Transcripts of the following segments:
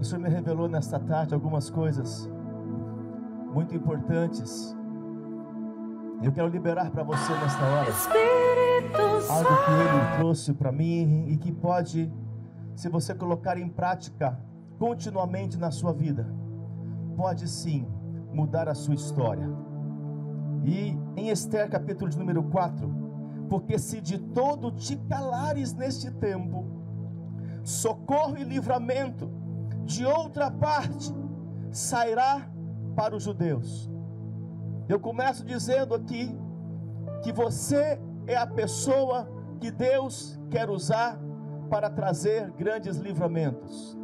O Senhor me revelou nesta tarde algumas coisas muito importantes. Eu quero liberar para você nesta hora algo que Ele trouxe para mim e que pode, se você colocar em prática continuamente na sua vida, pode sim mudar a sua história. E em Esther capítulo de número 4, porque se de todo te calares neste tempo, socorro e livramento de outra parte sairá para os judeus. Eu começo dizendo aqui que você é a pessoa que Deus quer usar para trazer grandes livramentos.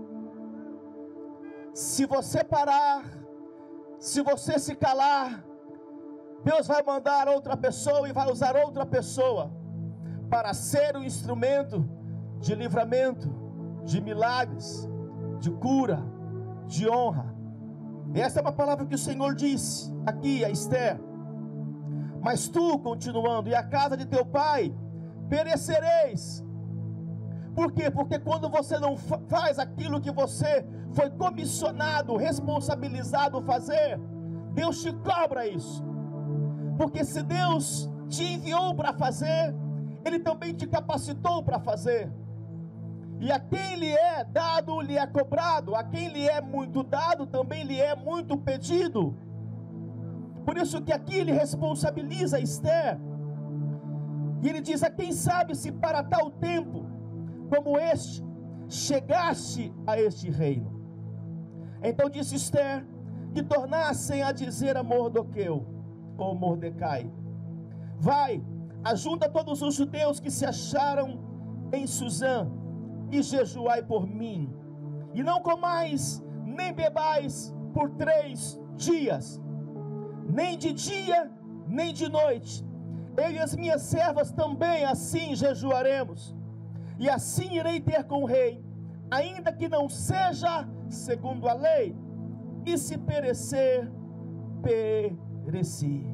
Se você parar, se você se calar, Deus vai mandar outra pessoa e vai usar outra pessoa para ser um instrumento de livramento, de milagres, de cura, de honra. Essa é uma palavra que o Senhor disse aqui a Esther. Mas tu, continuando, e a casa de teu pai perecereis. Por quê? Porque quando você não faz aquilo que você foi comissionado, responsabilizado fazer, Deus te cobra isso. Porque se Deus te enviou para fazer, Ele também te capacitou para fazer. E a quem lhe é dado, lhe é cobrado. A quem lhe é muito dado, também lhe é muito pedido. Por isso que aqui ele responsabiliza Esther. E ele diz: a quem sabe se para tal tempo como este chegaste a este reino. Então disse Esther que tornassem a dizer a Mardoqueu, ou Mordecai: vai, ajunta todos os judeus que se acharam em Suzã e jejuai por mim, e não comais nem bebais por 3 dias, nem de dia nem de noite. Eu e as minhas servas também assim jejuaremos, e assim irei ter com o rei, ainda que não seja segundo a lei, e se perecer, pereci.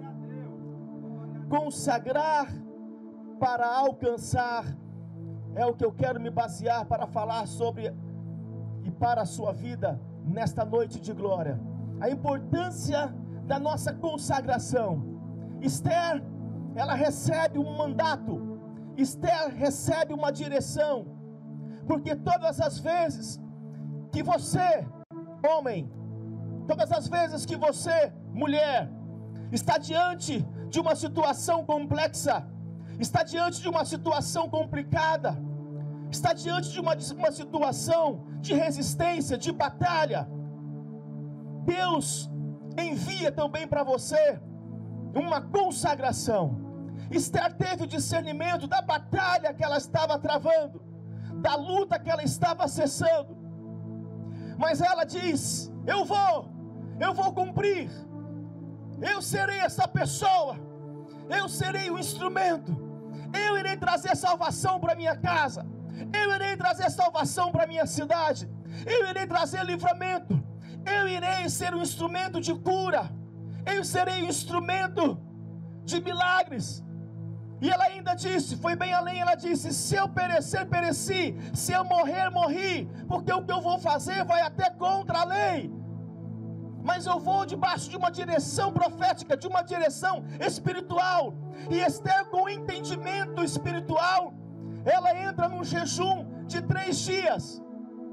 Consagrar para alcançar é o que eu quero me basear para falar sobre e para a sua vida nesta noite de glória. A importância da nossa consagração. Esther, ela recebe um mandato. Esther recebe uma direção. Porque todas as vezes que você, homem, todas as vezes que você, mulher, está diante de uma situação complexa, está diante de uma situação complicada, está diante de uma situação de resistência, de batalha, Deus envia também para você uma consagração. Esther teve o discernimento da batalha que ela estava travando, da luta que ela estava acessando, mas ela diz: eu vou cumprir, eu serei essa pessoa, eu serei o instrumento, eu irei trazer salvação para minha casa, eu irei trazer salvação para minha cidade, eu irei trazer livramento, eu irei ser um instrumento de cura, eu serei um instrumento de milagres. E ela ainda disse, foi bem além, ela disse: se eu perecer, pereci, se eu morrer, morri, porque o que eu vou fazer vai até contra a lei, mas eu vou debaixo de uma direção profética, de uma direção espiritual. E Esther, com entendimento espiritual, ela entra num jejum de 3 dias,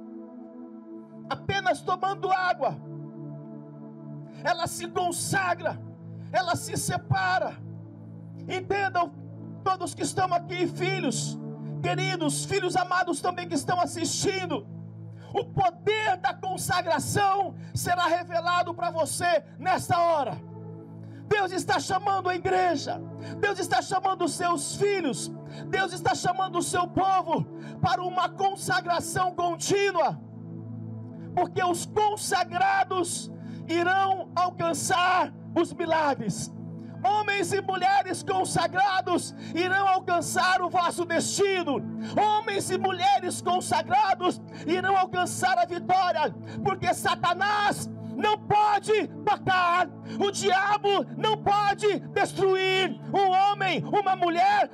apenas tomando água. Ela se consagra, ela se separa. Entendam, todos que estão aqui, filhos queridos, filhos amados também que estão assistindo, o poder da consagração será revelado para você nesta hora. Deus está chamando a igreja, Deus está chamando os seus filhos, Deus está chamando o seu povo para uma consagração contínua, porque os consagrados irão alcançar os milagres. Homens e mulheres consagrados irão alcançar o vosso destino. Homens e mulheres consagrados irão alcançar a vitória, porque Satanás não pode tocar, o diabo não pode destruir um homem, uma mulher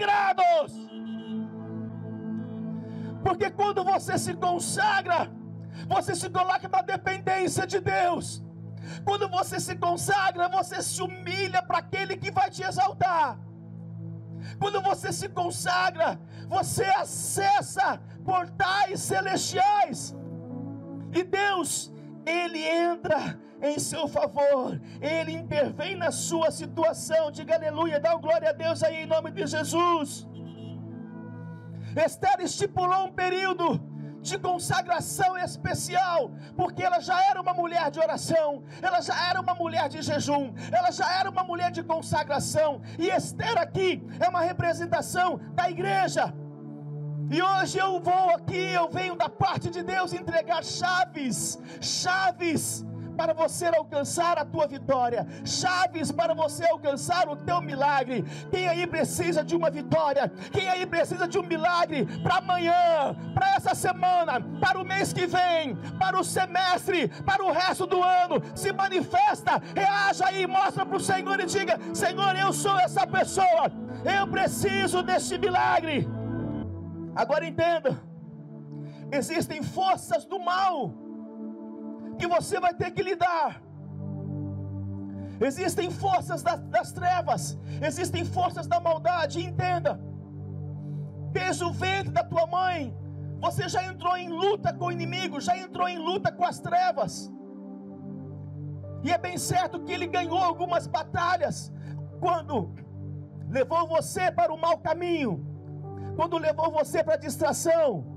consagrados. Porque quando você se consagra, você se coloca na dependência de Deus. Quando você se consagra, você se humilha para aquele que vai te exaltar. Quando você se consagra, você acessa portais celestiais. E Deus, Ele entra em seu favor, Ele intervém na sua situação. Diga aleluia, dá glória a Deus aí em nome de Jesus. Esther estipulou um período de consagração especial, porque ela já era uma mulher de oração, ela já era uma mulher de jejum, ela já era uma mulher de consagração. E Esther aqui é uma representação da igreja. E hoje eu venho da parte de Deus entregar chaves para você alcançar a tua vitória, chaves para você alcançar o teu milagre. Quem aí precisa de uma vitória? Quem aí precisa de um milagre para amanhã, para essa semana, para o mês que vem, para o semestre, para o resto do ano? Se manifesta, reaja aí, mostra para o Senhor e diga: Senhor, eu sou essa pessoa, eu preciso deste milagre. Agora entenda, existem forças do mal que você vai ter que lidar. Existem forças das trevas, existem forças da maldade. Entenda, desde o ventre da tua mãe, você já entrou em luta com o inimigo, já entrou em luta com as trevas. E é bem certo que ele ganhou algumas batalhas, quando levou você para o mau caminho, quando levou você para a distração,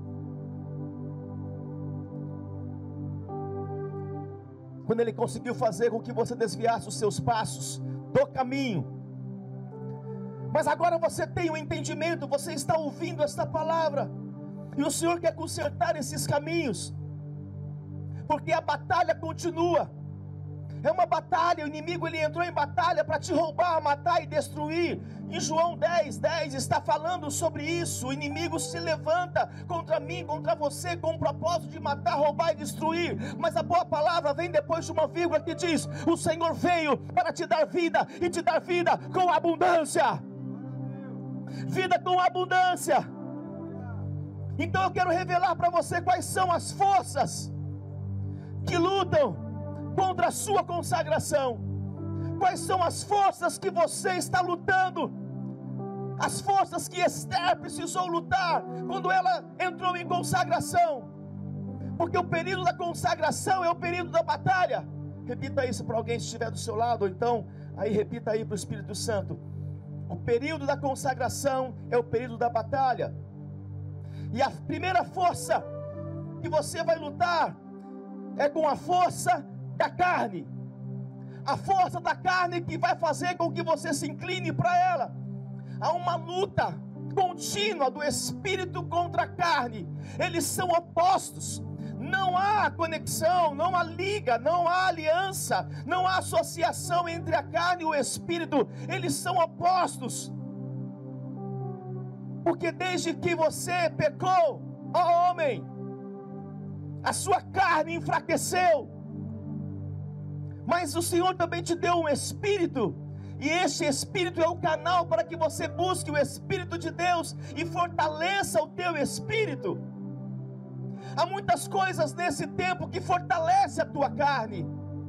quando ele conseguiu fazer com que você desviasse os seus passos do caminho. Mas agora você tem o entendimento, você está ouvindo esta palavra, e o Senhor quer consertar esses caminhos, porque a batalha continua. É uma batalha, o inimigo ele entrou em batalha para te roubar, matar e destruir. Em João 10:10 está falando sobre isso. O inimigo se levanta contra mim, contra você, com o propósito de matar, roubar e destruir. Mas a boa palavra vem depois de uma vírgula que diz: o Senhor veio para te dar vida, e te dar vida com abundância. Vida com abundância. Então eu quero revelar para você quais são as forças que lutam contra a sua consagração. Quais são as forças que você está lutando? As forças que Esther precisou lutar quando ela entrou em consagração. Porque o período da consagração é o período da batalha. Repita isso para alguém que estiver do seu lado, ou então aí repita aí para o Espírito Santo: o período da consagração é o período da batalha. E a primeira força que você vai lutar é com a força da carne. A força da carne que vai fazer com que você se incline para ela. Há uma luta contínua do espírito contra a carne. Eles são opostos. Não há conexão, não há liga, não há aliança, não há associação entre a carne e o espírito. Eles são opostos. Porque desde que você pecou, ó homem, a sua carne enfraqueceu. Mas o Senhor também te deu um espírito, e este espírito é o canal para que você busque o Espírito de Deus e fortaleça o teu espírito. Há muitas coisas nesse tempo que fortalecem a tua carne.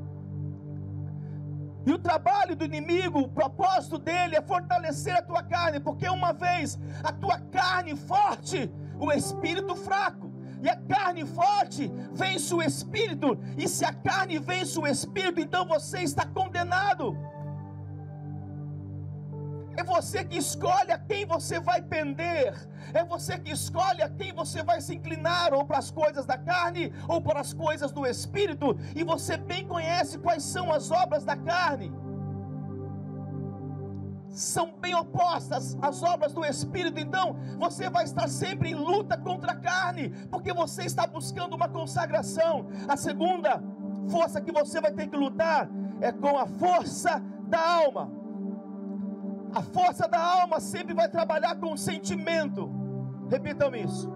E o trabalho do inimigo, o propósito dele é fortalecer a tua carne, porque uma vez a tua carne forte, o espírito fraco. E a carne forte vence o espírito. E se a carne vence o espírito, então você está condenado. É você que escolhe a quem você vai pender. É você que escolhe a quem você vai se inclinar, ou para as coisas da carne, ou para as coisas do espírito. E você bem conhece quais são as obras da carne. São bem opostas às obras do Espírito. Então você vai estar sempre em luta contra a carne, porque você está buscando uma consagração. A segunda força que você vai ter que lutar é com a força da alma. A força da alma sempre vai trabalhar com o sentimento. Repitam isso.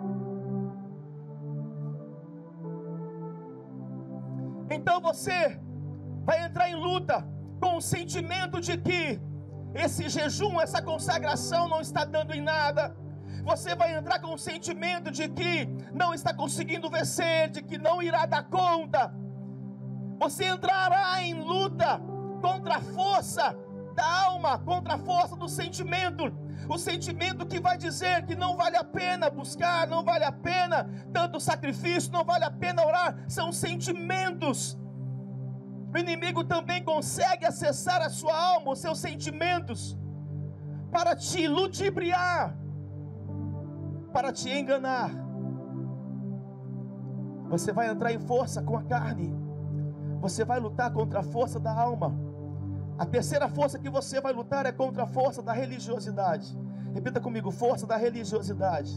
Então você vai entrar em luta com o sentimento de que esse jejum, essa consagração não está dando em nada. Você vai entrar com o sentimento de que não está conseguindo vencer, de que não irá dar conta. Você entrará em luta contra a força da alma, contra a força do sentimento. O sentimento que vai dizer que não vale a pena buscar, não vale a pena tanto sacrifício, não vale a pena orar. São sentimentos. O inimigo também consegue acessar a sua alma, os seus sentimentos, para te ludibriar, para te enganar. Você vai entrar em força com a carne. Você vai lutar contra a força da alma. A terceira força que você vai lutar é contra a força da religiosidade. Repita comigo: força da religiosidade.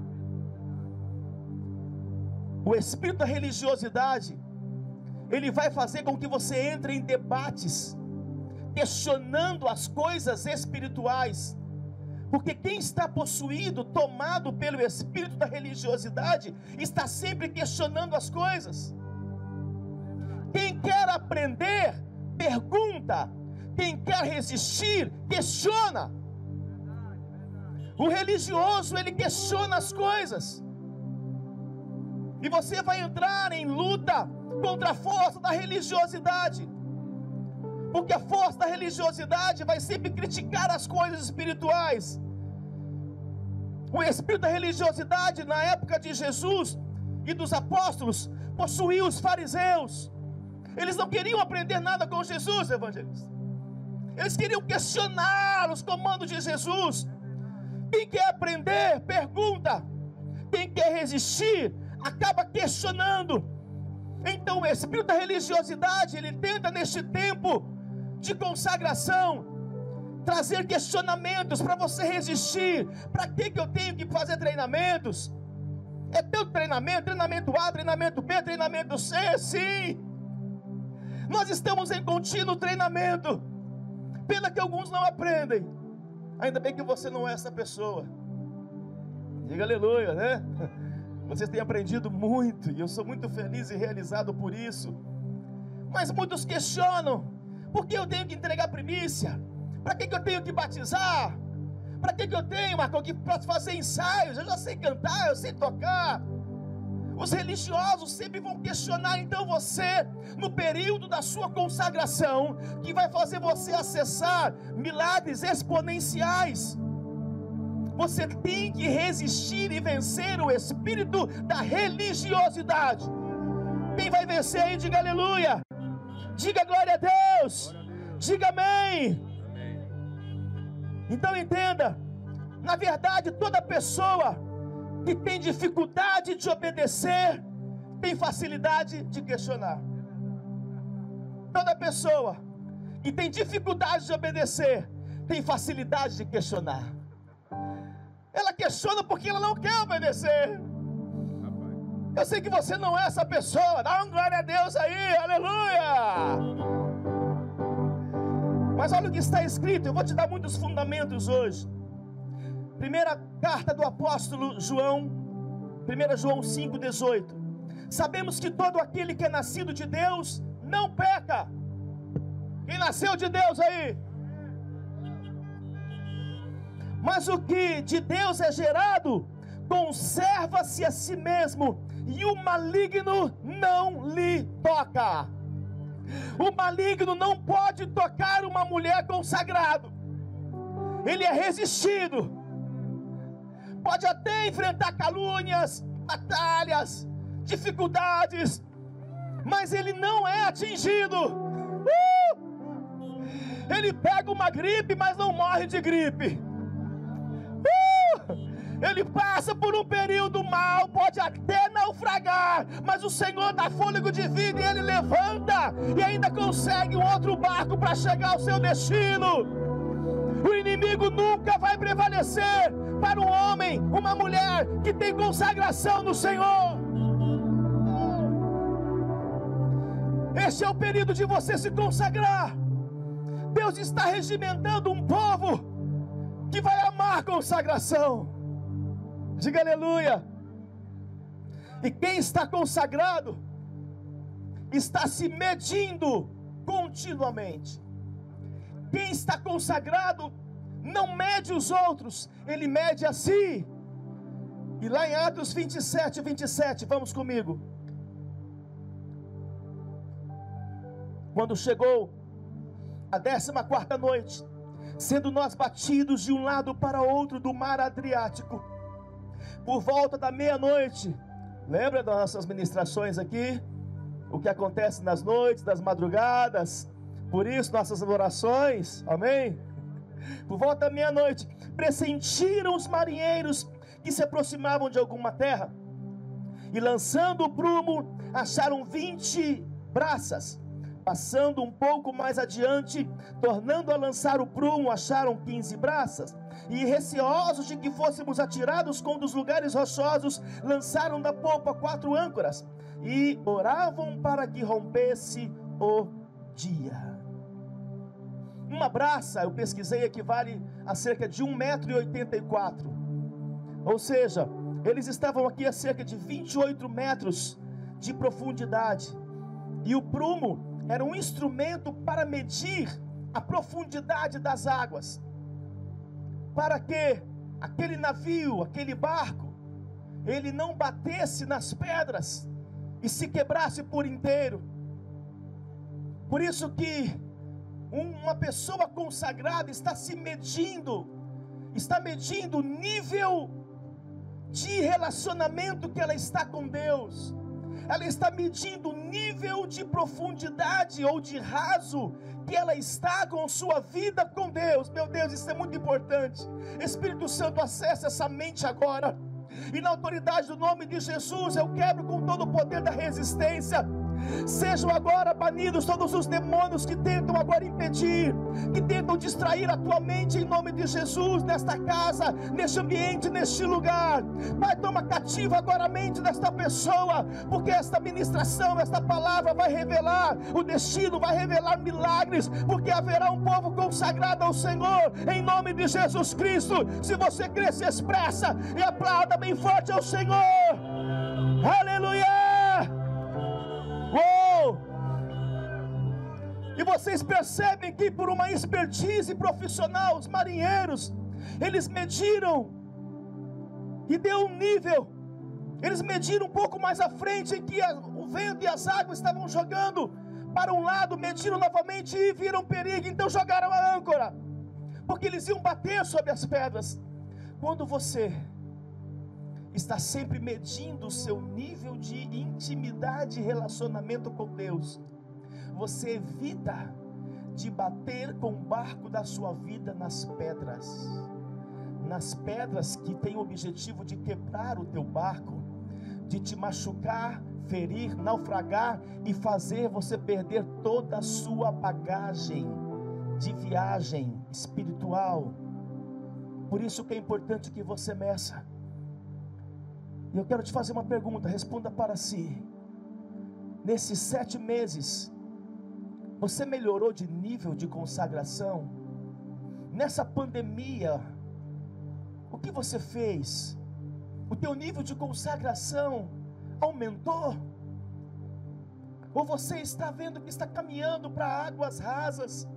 O espírito da religiosidade, ele vai fazer com que você entre em debates, questionando as coisas espirituais. Porque quem está possuído, tomado pelo espírito da religiosidade, está sempre questionando as coisas. Quem quer aprender, pergunta. Quem quer resistir, questiona. O religioso, ele questiona as coisas. E você vai entrar em luta contra a força da religiosidade. Porque a força da religiosidade vai sempre criticar as coisas espirituais. O espírito da religiosidade, na época de Jesus e dos apóstolos, possuía os fariseus. Eles não queriam aprender nada com Jesus, evangelista. Eles queriam questionar os comandos de Jesus. Quem quer aprender, pergunta. Quem quer resistir, acaba questionando. Então o espírito da religiosidade, ele tenta neste tempo de consagração trazer questionamentos para você resistir. Para que eu tenho que fazer treinamentos? É tanto treinamento, treinamento A, treinamento B, treinamento C, sim. Nós estamos em contínuo treinamento. Pena que alguns não aprendem. Ainda bem que você não é essa pessoa. Diga aleluia, né? Vocês têm aprendido muito, e eu sou muito feliz e realizado por isso. Mas muitos questionam: por que eu tenho que entregar primícia? Para que eu tenho que batizar? Para que eu tenho, Marcão, que fazer ensaios? Eu já sei cantar, eu sei tocar. Os religiosos sempre vão questionar. Então você, no período da sua consagração, que vai fazer você acessar milagres exponenciais, você tem que resistir e vencer o espírito da religiosidade. Quem vai vencer aí, diga aleluia. Diga glória a Deus. Diga amém. Então entenda, na verdade toda pessoa que tem dificuldade de obedecer, tem facilidade de questionar. Toda pessoa que tem dificuldade de obedecer, tem facilidade de questionar. Ela questiona porque ela não quer obedecer. Eu sei que você não é essa pessoa. Dá uma glória a Deus aí, aleluia. Mas olha o que está escrito. Eu vou te dar muitos fundamentos hoje. Primeira carta do apóstolo João, 1 João 5,18. Sabemos que todo aquele que é nascido de Deus não peca. Quem nasceu de Deus aí? Mas o que de Deus é gerado, conserva-se a si mesmo, e o maligno não lhe toca. O maligno não pode tocar uma mulher consagrada. Ele é resistido. Pode até enfrentar calúnias, batalhas, dificuldades, mas ele não é atingido. Ele pega uma gripe, mas não morre de gripe. Ele passa por um período mal, pode até naufragar, mas o Senhor dá fôlego de vida e ele levanta e ainda consegue um outro barco para chegar ao seu destino. O inimigo nunca vai prevalecer para um homem, uma mulher que tem consagração no Senhor. Este é o período de você se consagrar. Deus está regimentando um povo que vai amar consagração. Diga aleluia. E quem está consagrado está se medindo continuamente. Quem está consagrado não mede os outros, ele mede a si. E lá em Atos 27, vamos comigo. Quando chegou a 14ª noite, sendo nós batidos de um lado para outro do mar Adriático, por volta da meia-noite, lembra das nossas ministrações aqui? O que acontece nas noites, das madrugadas, por isso nossas orações, amém? Por volta da meia-noite, pressentiram os marinheiros que se aproximavam de alguma terra, e lançando o prumo, acharam 20 braças. Passando um pouco mais adiante, tornando a lançar o prumo, acharam 15 braças, e receosos de que fôssemos atirados com um dos lugares rochosos, lançaram da popa 4 âncoras, e oravam para que rompesse o dia. Uma braça, eu pesquisei, equivale a cerca de 1,84 m, ou seja, eles estavam aqui a cerca de 28 metros de profundidade, e o prumo era um instrumento para medir a profundidade das águas, para que aquele navio, aquele barco, ele não batesse nas pedras e se quebrasse por inteiro. Por isso que uma pessoa consagrada está medindo o nível de relacionamento que ela está com Deus. Ela está medindo o nível de profundidade ou de raso que ela está com sua vida com Deus. Meu Deus, isso é muito importante. Espírito Santo, acessa essa mente agora. E na autoridade do nome de Jesus, eu quebro com todo o poder da resistência. Sejam agora banidos todos os demônios que tentam agora impedir, que tentam distrair a tua mente em nome de Jesus, nesta casa, neste ambiente, neste lugar. Pai, toma cativa agora a mente desta pessoa, porque esta ministração, esta palavra vai revelar o destino, vai revelar milagres, porque haverá um povo consagrado ao Senhor, em nome de Jesus Cristo. Se você crê, se expressa e aplauda bem forte ao Senhor. Aleluia! Uou! E vocês percebem que por uma expertise profissional, os marinheiros, eles mediram e deu um nível. Eles mediram um pouco mais à frente, em que o vento e as águas estavam jogando para um lado, mediram novamente e viram perigo, então jogaram a âncora, porque eles iam bater sobre as pedras. Quando você está sempre medindo o seu nível de intimidade e relacionamento com Deus, você evita de bater com o barco da sua vida nas pedras que tem o objetivo de quebrar o teu barco, de te machucar, ferir, naufragar e fazer você perder toda a sua bagagem de viagem espiritual. Por isso que é importante que você meça. E eu quero te fazer uma pergunta, responda para si. Nesses 7 meses, você melhorou de nível de consagração? Nessa pandemia, o que você fez? O teu nível de consagração aumentou? Ou você está vendo que está caminhando para águas rasas?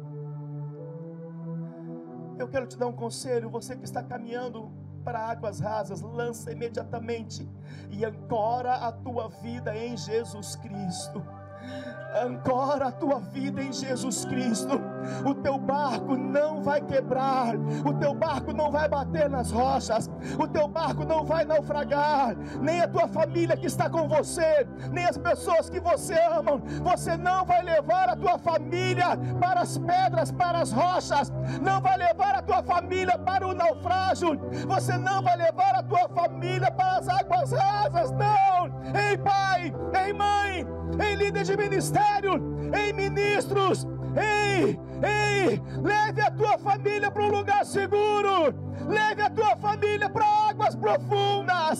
Eu quero te dar um conselho, você que está caminhando para águas rasas, lança imediatamente e ancora a tua vida em Jesus Cristo. Ancora a tua vida em Jesus Cristo. O teu barco não vai quebrar, o teu barco não vai bater nas rochas, o teu barco não vai naufragar, nem a tua família que está com você, nem as pessoas que você ama. Você não vai levar a tua família para as pedras, para as rochas, não vai levar a tua família para o naufrágio, você não vai levar a tua família para as águas rasas, não. Ei pai, ei mãe, em líder de ministério, em ministros, ei, leve a tua família para um lugar seguro, leve a tua família para águas profundas,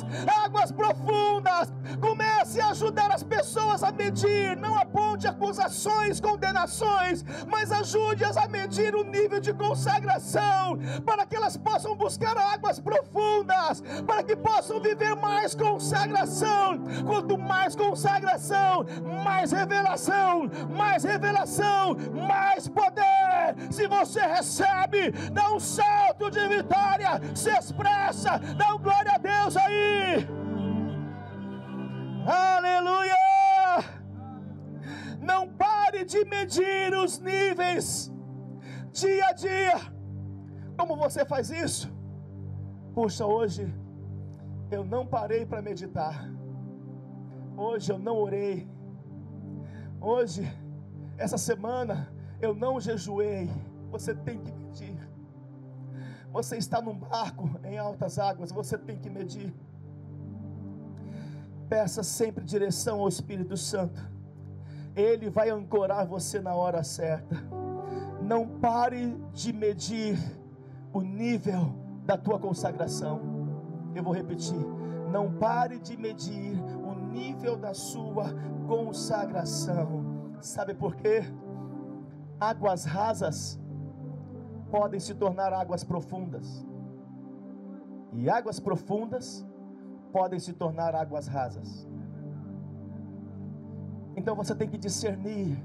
comece a ajudar as pessoas a medir, não aponte acusações, condenações, mas ajude-as a medir o nível de consagração, para que elas possam buscar águas profundas, para que possam viver mais consagração. Quanto mais consagração, mais revelação, mais poder. Se você recebe, dá um salto de vitória, se expressa, dá um glória a Deus aí. Aleluia! Não pare de medir os níveis dia a dia. Como você faz isso? Puxa, hoje eu não parei para meditar. Hoje eu não orei. Hoje, essa semana, eu não jejuei. Você tem que medir. Você está num barco em altas águas, você tem que medir. Peça sempre direção ao Espírito Santo. Ele vai ancorar você na hora certa. Não pare de medir o nível da tua consagração. Eu vou repetir. Não pare de medir o nível da sua consagração. Sabe por quê? Águas rasas podem se tornar águas profundas. E águas profundas podem se tornar águas rasas. Então você tem que discernir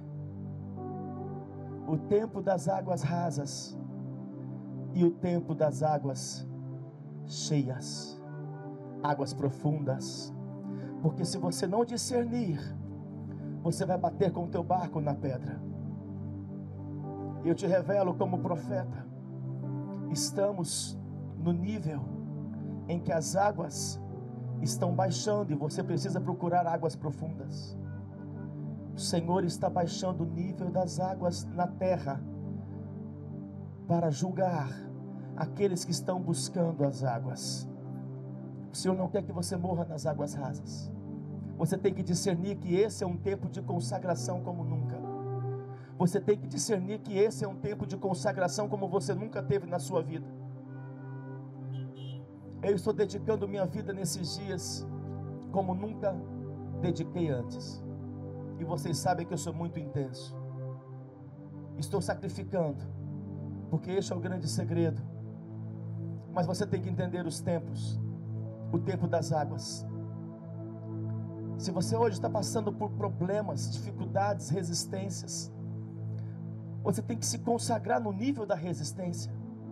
o tempo das águas rasas e o tempo das águas cheias, águas profundas. Porque se você não discernir, você vai bater com o teu barco na pedra. Eu te revelo como profeta, estamos no nível em que as águas estão baixando e você precisa procurar águas profundas. O Senhor está baixando o nível das águas na terra para julgar aqueles que estão buscando as águas. O Senhor não quer que você morra nas águas rasas. Você tem que discernir que esse é um tempo de consagração como nunca. Você tem que discernir que esse é um tempo de consagração como você nunca teve na sua vida. Eu estou dedicando minha vida nesses dias como nunca dediquei antes. E vocês sabem que eu sou muito intenso. Estou sacrificando, porque este é o grande segredo. Mas você tem que entender os tempos. O tempo das águas. Se você hoje está passando por problemas, dificuldades, resistências, você tem que se consagrar no nível da resistência.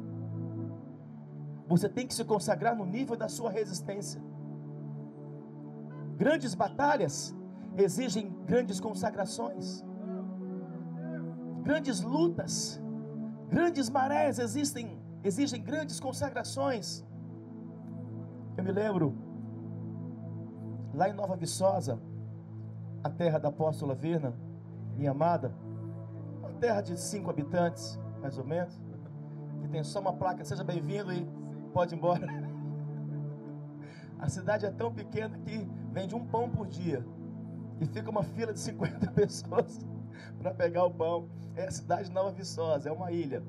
Você tem que se consagrar no nível da sua resistência. Grandes batalhas exigem grandes consagrações. Grandes lutas, grandes marés exigem grandes consagrações. Eu me lembro, lá em Nova Viçosa, a terra da apóstola Virna, minha amada, uma terra de 5 habitantes, mais ou menos, que tem só uma placa, seja bem-vindo e pode ir embora. A cidade é tão pequena que vende um pão por dia, e fica uma fila de 50 pessoas para pegar o pão. É a cidade de Nova Viçosa, é uma ilha.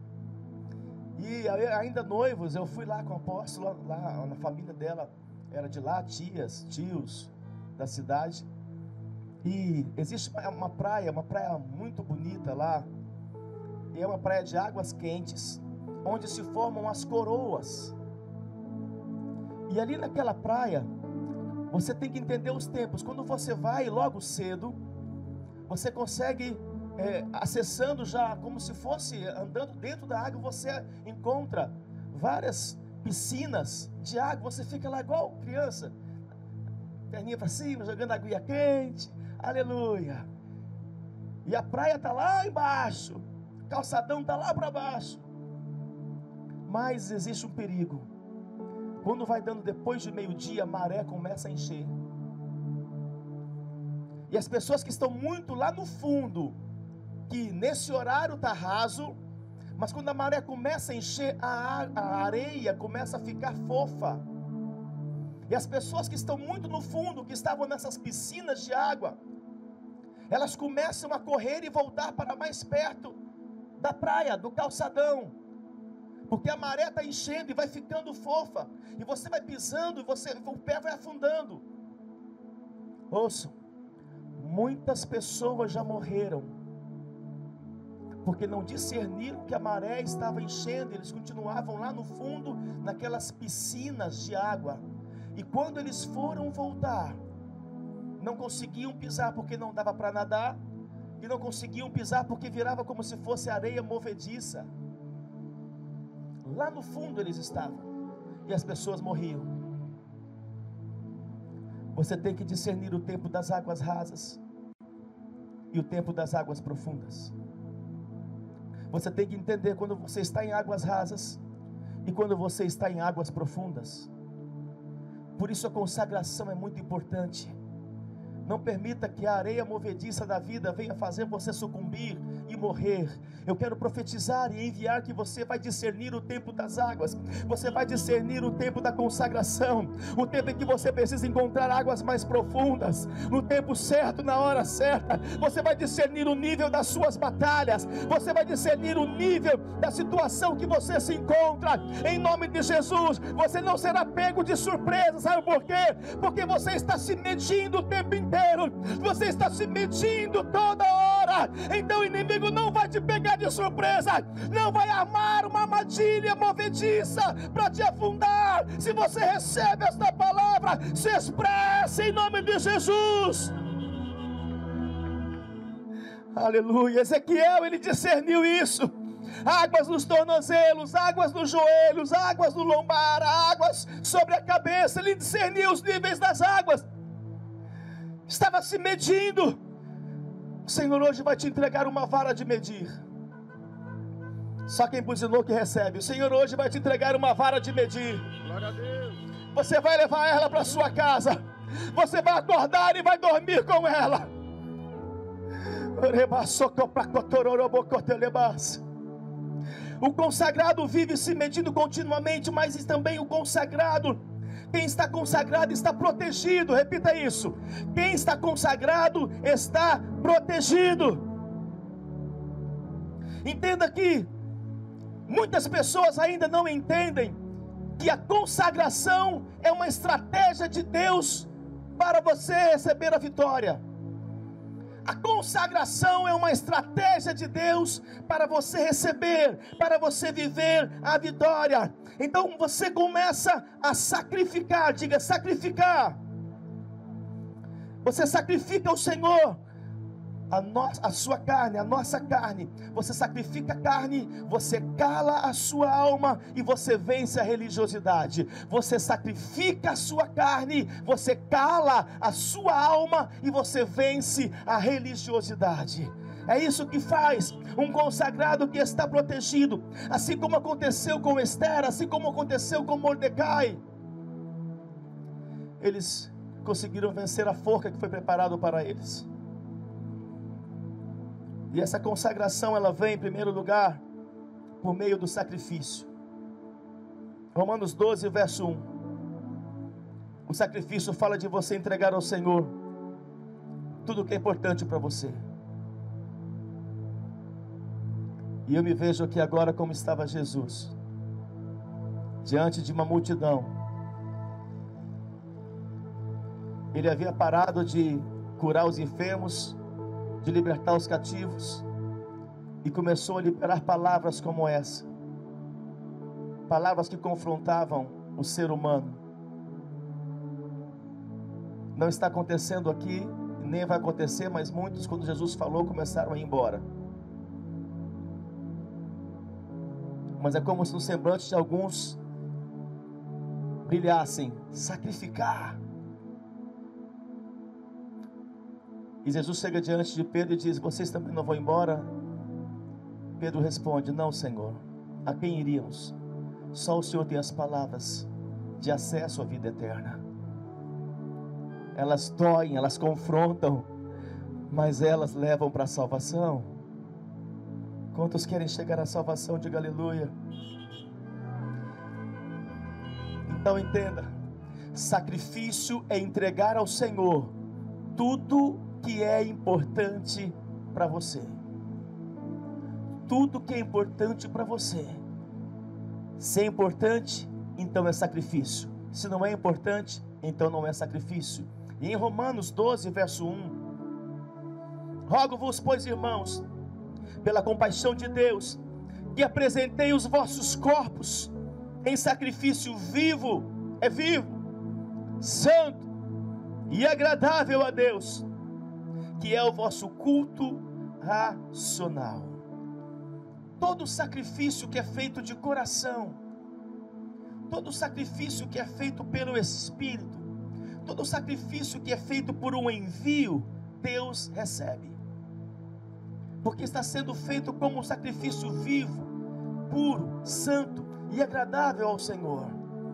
E ainda noivos, eu fui lá com a apóstola, lá na família dela, era de lá, tias, tios da cidade. E existe uma praia muito bonita lá, e é uma praia de águas quentes, onde se formam as coroas. E ali naquela praia, você tem que entender os tempos. Quando você vai logo cedo, você consegue, acessando já, como se fosse andando dentro da água, você encontra várias piscinas de água. Você fica lá igual criança, perninha para cima, jogando aguinha quente, aleluia. E a praia está lá embaixo, o calçadão está lá para baixo. Mas existe um perigo. Quando vai dando depois de meio-dia, a maré começa a encher. E as pessoas que estão muito lá no fundo, que nesse horário está raso, mas quando a maré começa a encher, a areia começa a ficar fofa. E as pessoas que estão muito no fundo, que estavam nessas piscinas de água, elas começam a correr e voltar para mais perto da praia, do calçadão, porque a maré está enchendo e vai ficando fofa, e você vai pisando, e o pé vai afundando. Ouçam, muitas pessoas já morreram, porque não discerniram que a maré estava enchendo. Eles continuavam lá no fundo, naquelas piscinas de água, e quando eles foram voltar, não conseguiam pisar, porque não dava para nadar, e não conseguiam pisar porque virava como se fosse areia movediça. Lá no fundo eles estavam, e as pessoas morriam. Você tem que discernir o tempo das águas rasas e o tempo das águas profundas. Você tem que entender quando você está em águas rasas e quando você está em águas profundas. Por isso a consagração é muito importante. Não permita que a areia movediça da vida venha fazer você sucumbir e morrer. Eu quero profetizar e enviar que você vai discernir o tempo das águas. Você vai discernir o tempo da consagração. O tempo em que você precisa encontrar águas mais profundas. No tempo certo, na hora certa. Você vai discernir o nível das suas batalhas. Você vai discernir o nível da situação que você se encontra. Em nome de Jesus, você não será pego de surpresa. Sabe por quê? Porque você está se medindo o tempo inteiro. Você está se medindo toda hora. Então o inimigo não vai te pegar de surpresa. Não vai armar uma armadilha movediça para te afundar. Se você recebe esta palavra, se expresse em nome de Jesus. Aleluia. Ezequiel, ele discerniu isso. Águas nos tornozelos, águas nos joelhos, águas no lombar, águas sobre a cabeça. Ele discerniu os níveis das águas. Estava se medindo. O Senhor hoje vai te entregar uma vara de medir. Só quem buzinou que recebe. O Senhor hoje vai te entregar uma vara de medir. Glória a Deus. Você vai levar ela para sua casa. Você vai acordar e vai dormir com ela. O consagrado vive se medindo continuamente, mas também o consagrado, quem está consagrado está protegido. Repita isso: quem está consagrado está protegido. Entenda que muitas pessoas ainda não entendem que a consagração é uma estratégia de Deus para você receber a vitória. A consagração é uma estratégia de Deus para você receber, para você viver a vitória. Então você começa a sacrificar, diga sacrificar. Você sacrifica ao Senhor a sua carne, a nossa carne. Você sacrifica a carne, você cala a sua alma e você vence a religiosidade. Você sacrifica a sua carne, você cala a sua alma e você vence a religiosidade. É isso que faz um consagrado que está protegido. Assim como aconteceu com Esther, assim como aconteceu com Mordecai. Eles conseguiram vencer a forca que foi preparada para eles. E essa consagração, ela vem em primeiro lugar por meio do sacrifício. Romanos 12, verso 1. O sacrifício fala de você entregar ao Senhor tudo o que é importante para você. E eu me vejo aqui agora como estava Jesus, diante de uma multidão. Ele havia parado de curar os enfermos, de libertar os cativos, e começou a liberar palavras como essa, palavras que confrontavam o ser humano. Não está acontecendo aqui, nem vai acontecer, mas muitos, quando Jesus falou, começaram a ir embora. Mas é como se no semblante de alguns brilhassem: sacrificar. E Jesus chega diante de Pedro e diz: vocês também não vão embora? Pedro responde: não, Senhor, a quem iríamos? Só o Senhor tem as palavras de acesso à vida eterna. Elas doem, elas confrontam, mas elas levam para a salvação. Quantos querem chegar à salvação? Diga aleluia. Então entenda: sacrifício é entregar ao Senhor tudo que é importante para você. Tudo que é importante para você. Se é importante, então é sacrifício. Se não é importante, então não é sacrifício. E em Romanos 12, verso 1: rogo-vos, pois, irmãos, pela compaixão de Deus, que apresentei os vossos corpos em sacrifício vivo, santo e agradável a Deus, que é o vosso culto racional. Todo sacrifício que é feito de coração, todo sacrifício que é feito pelo Espírito, todo sacrifício que é feito por um envio, Deus recebe, porque está sendo feito como um sacrifício vivo, puro, santo e agradável ao Senhor.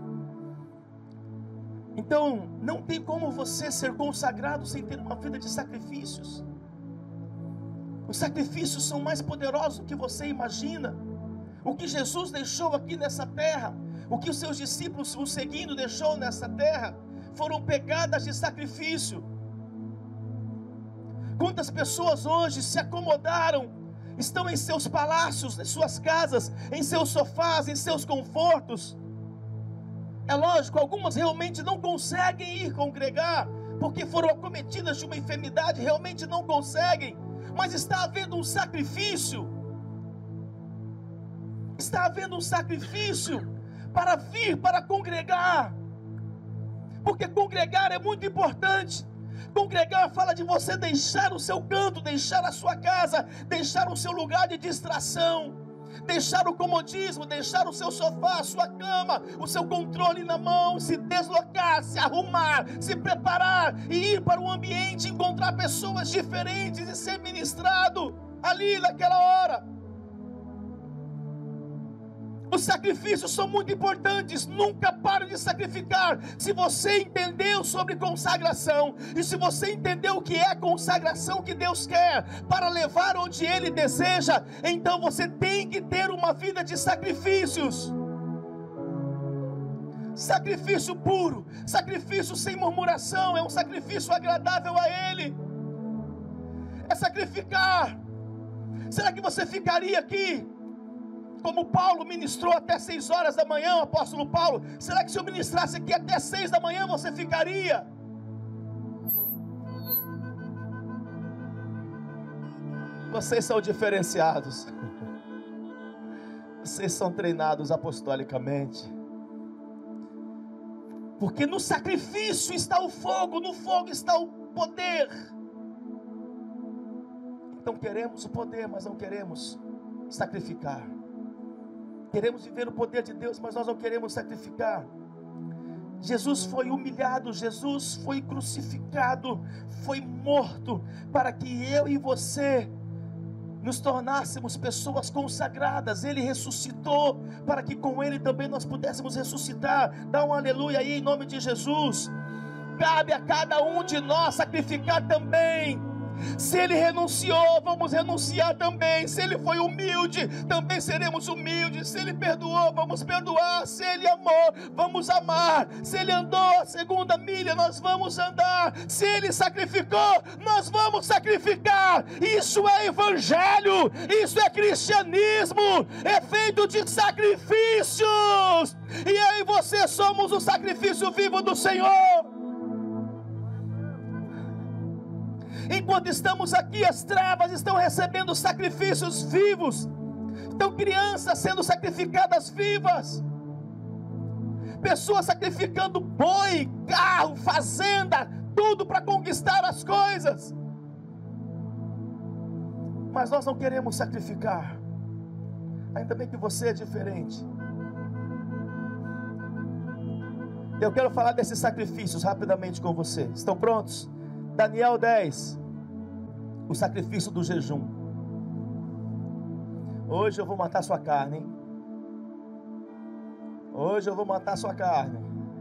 Então, não tem como você ser consagrado sem ter uma vida de sacrifícios. Os sacrifícios são mais poderosos do que você imagina. O que Jesus deixou aqui nessa terra, o que os seus discípulos o seguindo deixou nessa terra, foram pegadas de sacrifício. Quantas pessoas hoje se acomodaram, estão em seus palácios, em suas casas, em seus sofás, em seus confortos. É lógico, algumas realmente não conseguem ir congregar, porque foram acometidas de uma enfermidade, realmente não conseguem, mas está havendo um sacrifício, está havendo um sacrifício para vir, para congregar, porque congregar é muito importante. Congregar fala de você deixar o seu canto, deixar a sua casa, deixar o seu lugar de distração, deixar o comodismo, deixar o seu sofá, a sua cama, o seu controle na mão, se deslocar, se arrumar, se preparar e ir para um ambiente, encontrar pessoas diferentes e ser ministrado ali naquela hora. Os sacrifícios são muito importantes, nunca pare de sacrificar. Se você entendeu sobre consagração, e se você entendeu o que é consagração que Deus quer, para levar onde Ele deseja, então você tem que ter uma vida de sacrifícios. Sacrifício puro, sacrifício sem murmuração, é um sacrifício agradável a Ele. É sacrificar. Será que você ficaria aqui como Paulo ministrou até 6 horas da manhã, o apóstolo Paulo? Será que se eu ministrasse aqui até 6 da manhã, você ficaria? Vocês são diferenciados. Vocês são treinados apostolicamente. Porque no sacrifício está o fogo, no fogo está o poder. Então queremos o poder, mas não queremos sacrificar. Queremos viver o poder de Deus, mas nós não queremos sacrificar. Jesus foi humilhado, Jesus foi crucificado, foi morto, para que eu e você nos tornássemos pessoas consagradas. Ele ressuscitou, para que com Ele também nós pudéssemos ressuscitar. Dá um aleluia aí em nome de Jesus. Cabe a cada um de nós sacrificar também. Se Ele renunciou, vamos renunciar também. Se Ele foi humilde, também seremos humildes. Se Ele perdoou, vamos perdoar. Se Ele amou, vamos amar. Se Ele andou a 2ª milha, nós vamos andar. Se Ele sacrificou, nós vamos sacrificar. Isso é evangelho, isso é cristianismo, é feito de sacrifícios. E eu e você somos o sacrifício vivo do Senhor. Enquanto estamos aqui, as trevas estão recebendo sacrifícios vivos. Estão crianças sendo sacrificadas vivas. Pessoas sacrificando boi, carro, fazenda, tudo para conquistar as coisas. Mas nós não queremos sacrificar. Ainda bem que você é diferente. Eu quero falar desses sacrifícios rapidamente com você. Estão prontos? Daniel 10. O sacrifício do jejum. Hoje eu vou matar sua carne, hein? Hoje eu vou matar sua carne.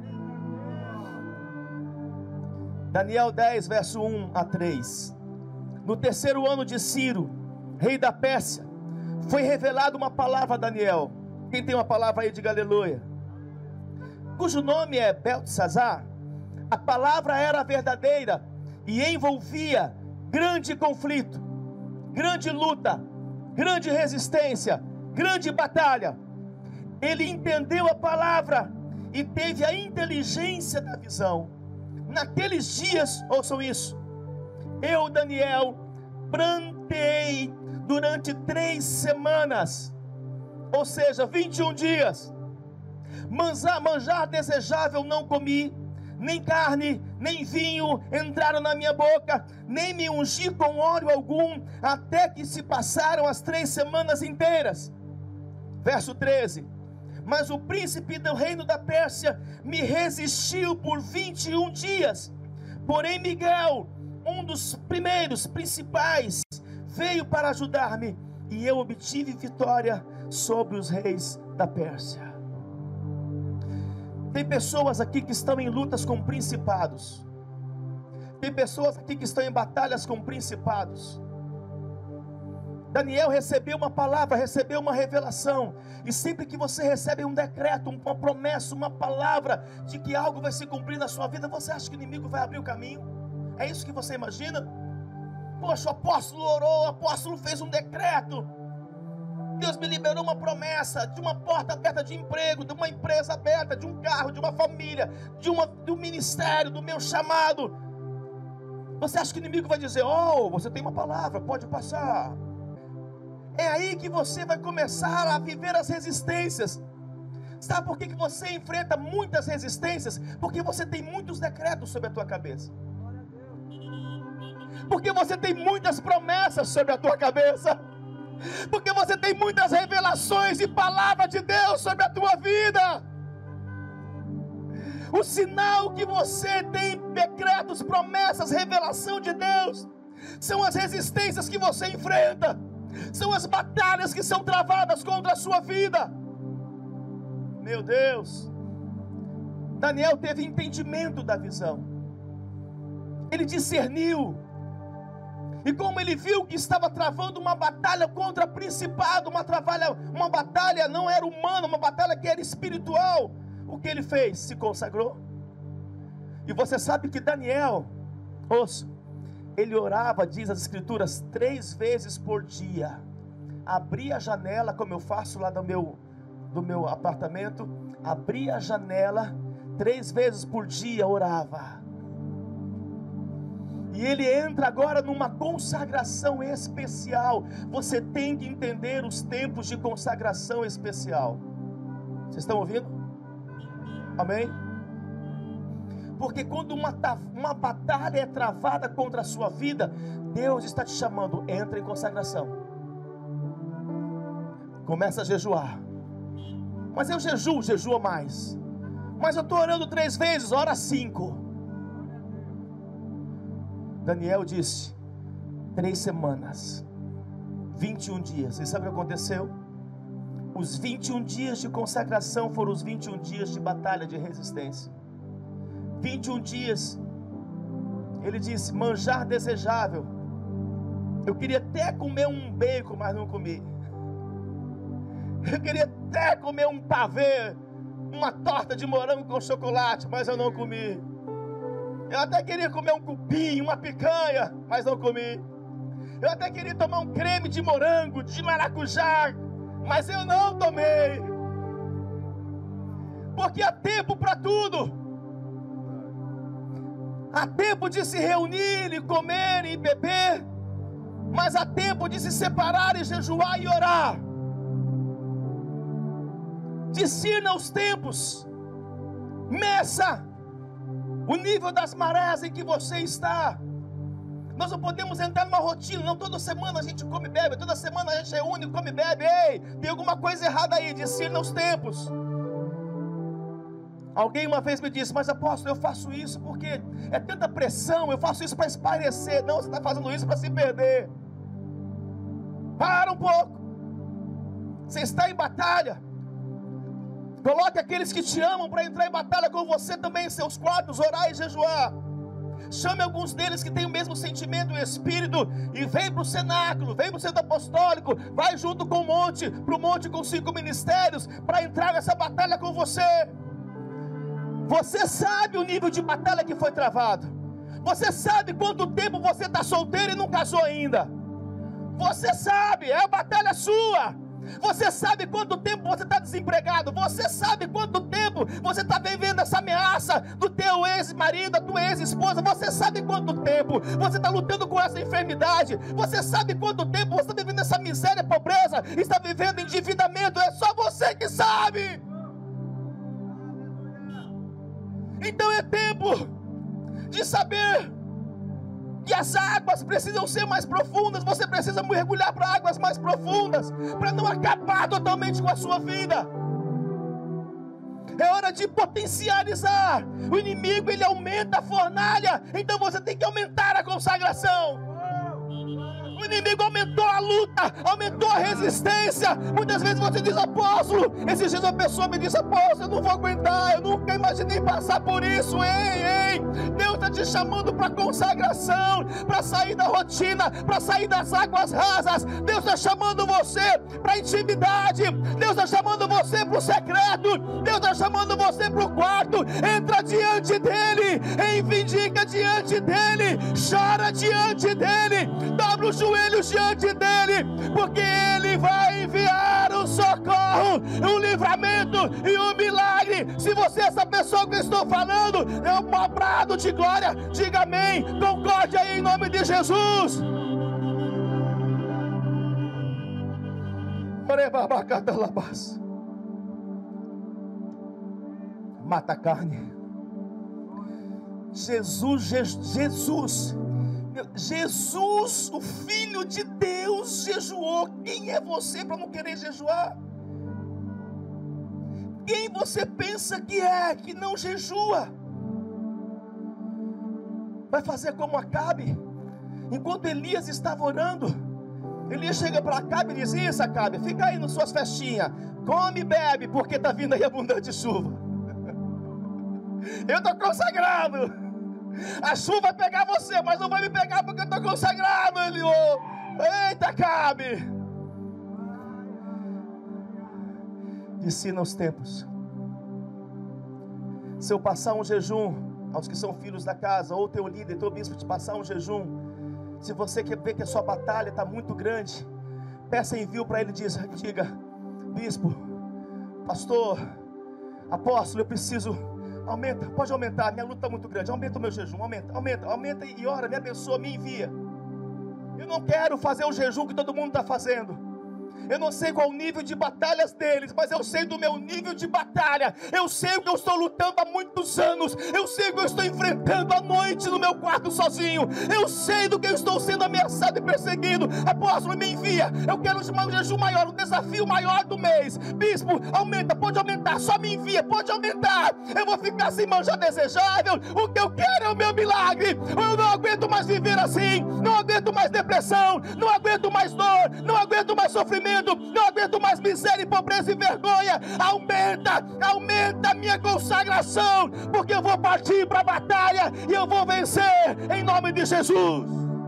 Daniel 10, verso 1 a 3. No 3º ano de Ciro, rei da Pérsia, foi revelada uma palavra a Daniel. Quem tem uma palavra aí, diga aleluia. Cujo nome é Beltesazar. A palavra era verdadeira e envolvia grande conflito, grande luta, grande resistência, grande batalha. Ele entendeu a palavra e teve a inteligência da visão. Naqueles dias, ouçam isso, eu, Daniel, plantei durante 3 semanas, ou seja, 21 dias. Manjar desejável não comi, nem carne, nem vinho entraram na minha boca, nem me ungi com óleo algum, até que se passaram as 3 semanas inteiras. Verso 13: mas o príncipe do reino da Pérsia me resistiu por 21 dias. Porém Miguel, um dos primeiros principais, veio para ajudar-me, e eu obtive vitória sobre os reis da Pérsia. Tem pessoas aqui que estão em lutas com principados. Tem pessoas aqui que estão em batalhas com principados. Daniel recebeu uma palavra, recebeu uma revelação. E sempre que você recebe um decreto, uma promessa, uma palavra de que algo vai se cumprir na sua vida, você acha que o inimigo vai abrir o caminho? É isso que você imagina? Poxa, o apóstolo orou, o apóstolo fez um decreto. Deus me liberou uma promessa de uma porta aberta de emprego, de uma empresa aberta, de um carro, de uma família, de um ministério, do meu chamado. Você acha que o inimigo vai dizer: oh, você tem uma palavra, pode passar? É aí que você vai começar a viver as resistências. Sabe por que você enfrenta muitas resistências? Porque você tem muitos decretos sobre a tua cabeça. Porque você tem muitas promessas sobre a tua cabeça. Porque você tem muitas revelações e palavra de Deus sobre a tua vida. O sinal que você tem decretos, promessas, revelação de Deus, são as resistências que você enfrenta, são as batalhas que são travadas contra a sua vida. Meu Deus, Daniel teve entendimento da visão, ele discerniu, e como ele viu que estava travando uma batalha contra principado, uma batalha não era humana, uma batalha que era espiritual, o que ele fez? Se consagrou. E você sabe que Daniel, ouça, ele orava, diz as escrituras, 3 vezes por dia. Abria a janela, como eu faço lá do meu apartamento, abria a janela, 3 vezes por dia orava. E ele entra agora numa consagração especial. Você tem que entender os tempos de consagração especial. Vocês estão ouvindo? Amém? Porque quando uma batalha é travada contra a sua vida, Deus está te chamando, entra em consagração. Começa a jejuar. Mas eu jejua mais. Mas eu estou orando 3 vezes, ora 5. Daniel disse: 3 semanas, 21 dias. Você sabe o que aconteceu? Os 21 dias de consagração foram os 21 dias de batalha, de resistência. 21 dias. Ele disse: manjar desejável. Eu queria até comer um bacon, mas não comi. Eu queria até comer um pavê, uma torta de morango com chocolate, mas eu não comi. Eu até queria comer um cupim, uma picanha, mas não comi. Eu até queria tomar um creme de morango, de maracujá, mas eu não tomei. Porque há tempo para tudo. Há tempo de se reunir e comer e beber, mas há tempo de se separar e jejuar e orar. Discirna os tempos. Meça o nível das marés em que você está. Nós não podemos entrar numa rotina. Não, toda semana a gente come e bebe, toda semana a gente reúne e come e bebe. Ei, tem alguma coisa errada aí. Discirna os tempos. Alguém uma vez me disse: mas apóstolo, eu faço isso porque é tanta pressão, eu faço isso para espairecer. Não, você está fazendo isso para se perder. Para um pouco. Você está em batalha. Coloque aqueles que te amam para entrar em batalha com você também em seus quartos, orar e jejuar. Chame alguns deles que têm o mesmo sentimento e espírito e vem para o cenáculo, vem para o centro apostólico, vai junto com o monte, para o monte com 5 ministérios, para entrar nessa batalha com você. Você sabe o nível de batalha que foi travado. Você sabe quanto tempo você está solteiro e não casou ainda. Você sabe, é a batalha sua. Você sabe quanto tempo você está desempregado. Você sabe quanto tempo você está vivendo essa ameaça do teu ex-marido, da tua ex-esposa. Você sabe quanto tempo você está lutando com essa enfermidade. Você sabe quanto tempo você está vivendo essa miséria, pobreza, está vivendo endividamento. É só você que sabe. Então é tempo de saber que as águas precisam ser mais profundas. Você precisa mergulhar para águas mais profundas, para não acabar totalmente com a sua vida. É hora de potencializar. O inimigo, ele aumenta a fornalha, então você tem que aumentar a consagração. O inimigo aumentou a luta, aumentou a resistência. Muitas vezes você diz: apóstolo, esses dias uma pessoa me disse: apóstolo, eu não vou aguentar, eu nunca imaginei passar por isso. Ei, Deus está te chamando para consagração, para sair da rotina, para sair das águas rasas. Deus está chamando você para intimidade, Deus está chamando você para o secreto, Deus está chamando você para o quarto. Entra diante dele, reivindica diante dele, chora diante dele, dobra os joelhos diante dele, porque ele vai enviar o socorro, o livramento e o milagre. Se você é essa pessoa que eu estou falando, é um brado de glória, diga amém, concorde aí em nome de Jesus. Mata a carne. Jesus, o Filho de Deus, jejuou. Quem é você para não querer jejuar? Quem você pensa que é, que não jejua? Vai fazer como Acabe? Enquanto Elias estava orando, Elias chega para Acabe e diz: isso, Acabe, fica aí nas suas festinhas, come e bebe, porque está vindo aí abundante chuva. Eu estou consagrado. A chuva vai pegar você, mas não vai me pegar porque eu estou consagrado. Ele, eita, Acabe. Ensina os tempos. Se eu passar um jejum aos que são filhos da casa, ou teu líder, teu bispo te passar um jejum, se você quer ver que a sua batalha está muito grande, peça envio para ele, diga: bispo, pastor, apóstolo, eu preciso. Aumenta, pode aumentar, minha luta está muito grande. Aumenta o meu jejum, aumenta e ora, me abençoa, me envia. Eu não quero fazer o jejum que todo mundo está fazendo. Eu não sei qual o nível de batalhas deles, mas eu sei do meu nível de batalha. Eu sei o que eu estou lutando há muitos anos. Eu sei o que eu estou enfrentando à noite no meu quarto sozinho. Eu sei do que eu estou sendo ameaçado e perseguido. Apóstolo, me envia. Eu quero um jejum maior, um desafio maior do mês. Bispo, aumenta, pode aumentar, só me envia, pode aumentar. Eu vou ficar sem manjar desejável. O que eu quero é o meu milagre. Eu não aguento mais viver assim. Não aguento mais depressão. Não aguento mais dor. Não aguento mais sofrimento. Não aguento mais miséria, pobreza e vergonha. Aumenta a minha consagração, porque eu vou partir para a batalha e eu vou vencer em nome de Jesus.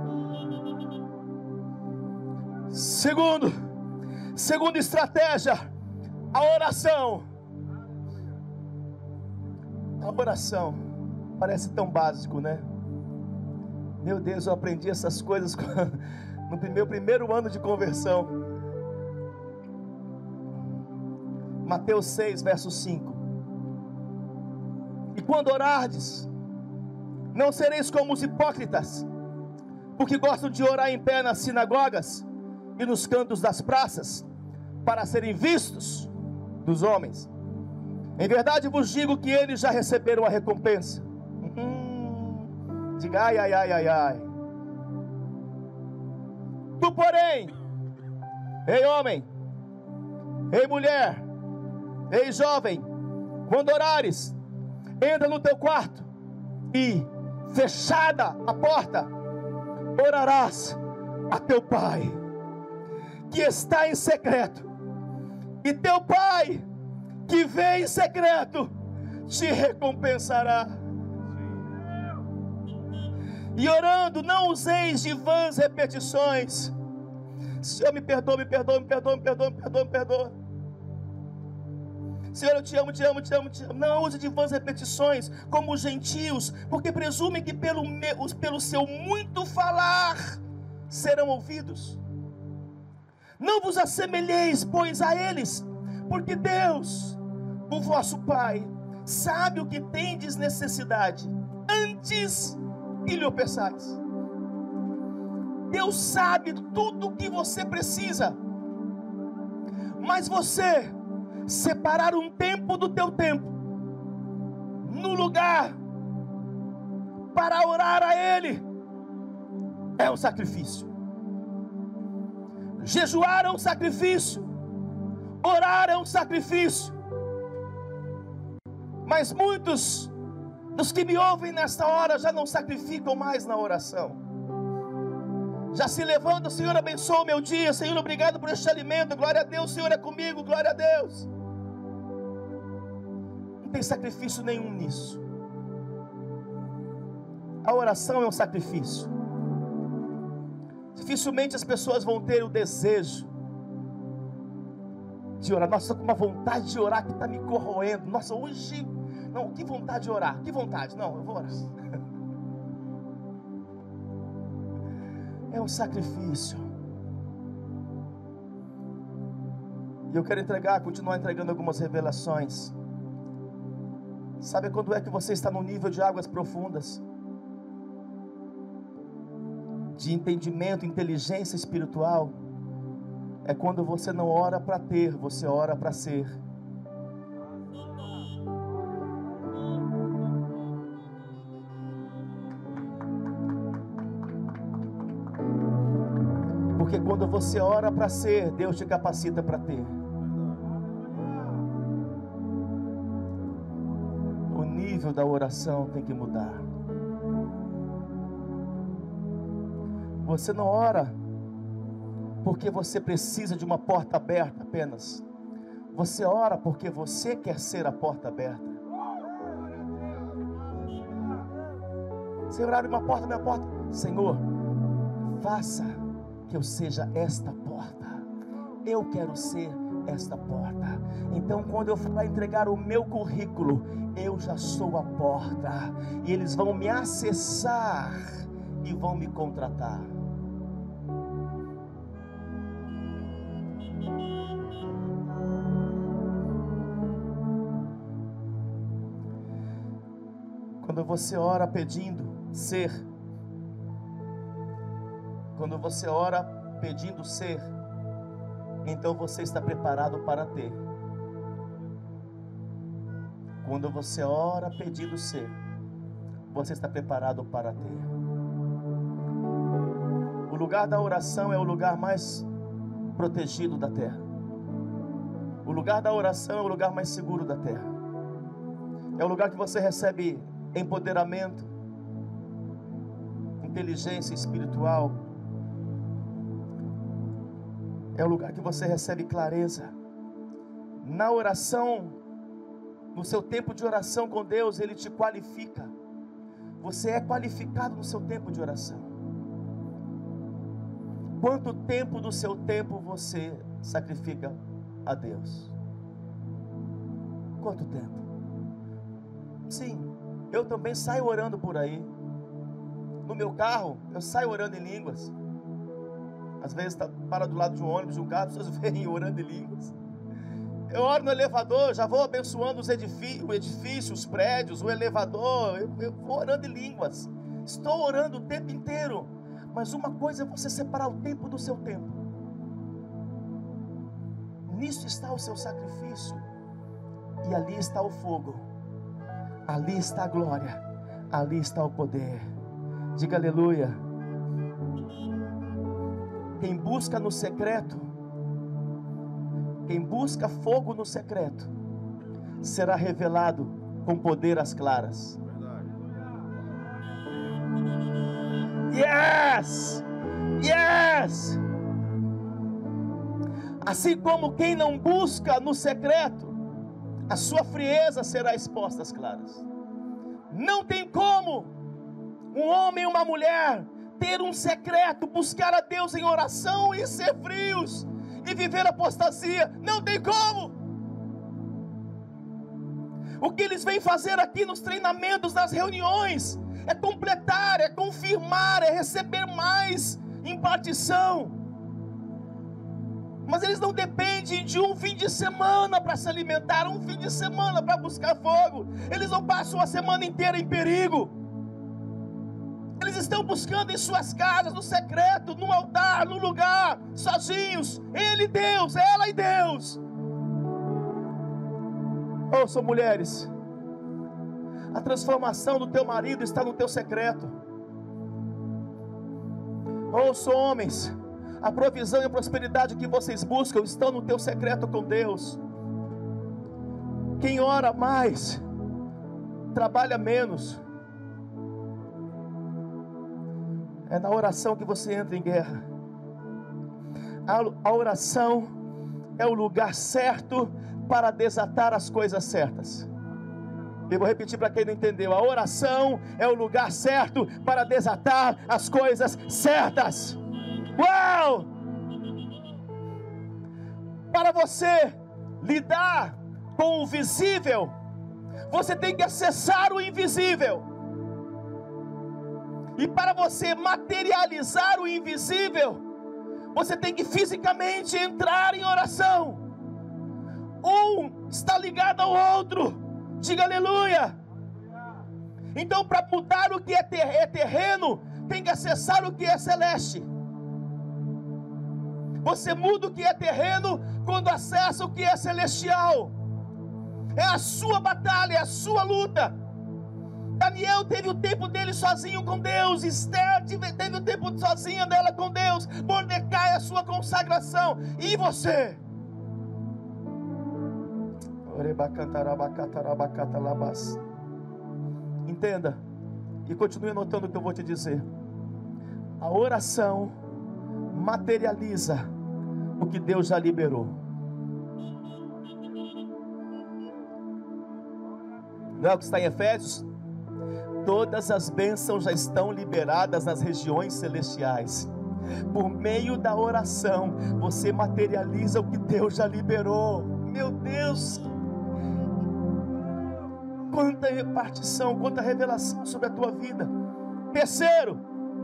Segunda estratégia, a oração. A oração parece tão básico, né? Meu Deus, eu aprendi essas coisas no meu primeiro ano de conversão. Mateus 6, verso 5. E quando orardes, não sereis como os hipócritas, porque gostam de orar em pé nas sinagogas e nos cantos das praças, para serem vistos dos homens. Em verdade vos digo que eles já receberam a recompensa. Diga ai, ai, ai, ai, ai. Tu, porém, ei homem, ei mulher, ei jovem, quando orares, entra no teu quarto e, fechada a porta, orarás a teu Pai que está em secreto, e teu Pai que vem em secreto te recompensará. E orando, não useis de vãs repetições. Senhor, me perdoa, me perdoa, me perdoa, me perdoa, me perdoa, me perdoa. Senhor, eu te amo, te amo, te amo, te amo. Não use de vãs repetições, como os gentios, porque presumem que pelo seu muito falar serão ouvidos. Não vos assemelheis, pois, a eles, porque Deus, o vosso Pai, sabe o que tendes necessidade, antes que lhe o peçais. Deus sabe tudo o que você precisa, mas você separar um tempo do teu tempo, no lugar para orar a Ele é um sacrifício. Jejuar é um sacrifício. Orar é um sacrifício. Mas muitos dos que me ouvem nesta hora já não sacrificam mais na oração. Já se levantam: Senhor, abençoa o meu dia. Senhor, obrigado por este alimento. Glória a Deus, Senhor é comigo. Glória a Deus. Não tem sacrifício nenhum nisso. A oração é um sacrifício. Dificilmente as pessoas vão ter o desejo de orar. Nossa, com uma vontade de orar que está me corroendo. Nossa, hoje, não, que vontade de orar. Que vontade, não, eu vou orar. É um sacrifício. E eu quero continuar entregando algumas revelações. Sabe quando é que você está no nível de águas profundas? De entendimento, inteligência espiritual? É quando você não ora para ter, você ora para ser. Porque quando você ora para ser, Deus te capacita para ter. O nível da oração tem que mudar. Você não ora porque você precisa de uma porta aberta apenas. Você ora porque você quer ser a porta aberta. Senhor, abre uma porta, minha porta. Senhor, faça que eu seja esta porta. Eu quero ser esta porta. Então, quando eu for entregar o meu currículo, eu já sou a porta. E eles vão me acessar e vão me contratar. Quando você ora pedindo ser, quando você ora pedindo ser, então você está preparado para ter. Quando você ora pedindo ser, você está preparado para ter. O lugar da oração é o lugar mais protegido da terra. O lugar da oração é o lugar mais seguro da terra. É o lugar que você recebe empoderamento, inteligência espiritual. É o lugar que você recebe clareza. Na oração, no seu tempo de oração com Deus, Ele te qualifica. Você é qualificado no seu tempo de oração. Quanto tempo do seu tempo você sacrifica a Deus? Quanto tempo? Sim, eu também saio orando por aí. No meu carro, eu saio orando em línguas. Às vezes para do lado de um ônibus, de um carro, as pessoas vêm orando em línguas. Eu oro no elevador, já vou abençoando os edifícios, os prédios, o elevador. Eu vou orando em línguas. Estou orando o tempo inteiro. Mas uma coisa é você separar o tempo do seu tempo. Nisso está o seu sacrifício. E ali está o fogo. Ali está a glória. Ali está o poder. Diga aleluia. Quem busca no secreto, quem busca fogo no secreto, será revelado com poder às claras. Yes! Yes! Assim como quem não busca no secreto, a sua frieza será exposta às claras. Não tem como um homem e uma mulher ter um secreto, buscar a Deus em oração e ser frios e viver apostasia. Não tem como. O que eles vêm fazer aqui nos treinamentos, nas reuniões, é completar, é confirmar, é receber mais impartição. Mas eles não dependem de um fim de semana para se alimentar, um fim de semana para buscar fogo. Eles não passam a semana inteira em perigo. Eles estão buscando em suas casas, no secreto, no altar, no lugar, sozinhos. Ele e Deus, ela e Deus. Ouçam, mulheres, A transformação do teu marido está no teu secreto. Ouça, homens, a provisão e a prosperidade que vocês buscam estão no teu secreto com Deus. Quem ora mais, trabalha menos. É na oração que você entra em guerra. A oração é o lugar certo para desatar as coisas certas. Eu vou repetir para quem não entendeu. A oração é o lugar certo para desatar as coisas certas. Uau! Para você lidar com o visível, você tem que acessar o invisível. E para você materializar o invisível, você tem que fisicamente entrar em oração. Um está ligado ao outro. Diga aleluia. Então, para mudar o que é terreno, tem que acessar o que é celeste. Você muda o que é terreno quando acessa o que é celestial. É a sua batalha, é a sua luta. Daniel teve o tempo dele sozinho com Deus. Esther teve o tempo sozinha dela com Deus. Mordecai, a sua consagração. E você? Entenda e continue anotando o que eu vou te dizer. A oração materializa o que Deus já liberou. Não é o que está em Efésios? Todas as bênçãos já estão liberadas nas regiões celestiais. Por meio da oração, você materializa o que Deus já liberou. Meu Deus! Quanta repartição, quanta revelação sobre a tua vida. Terceiro,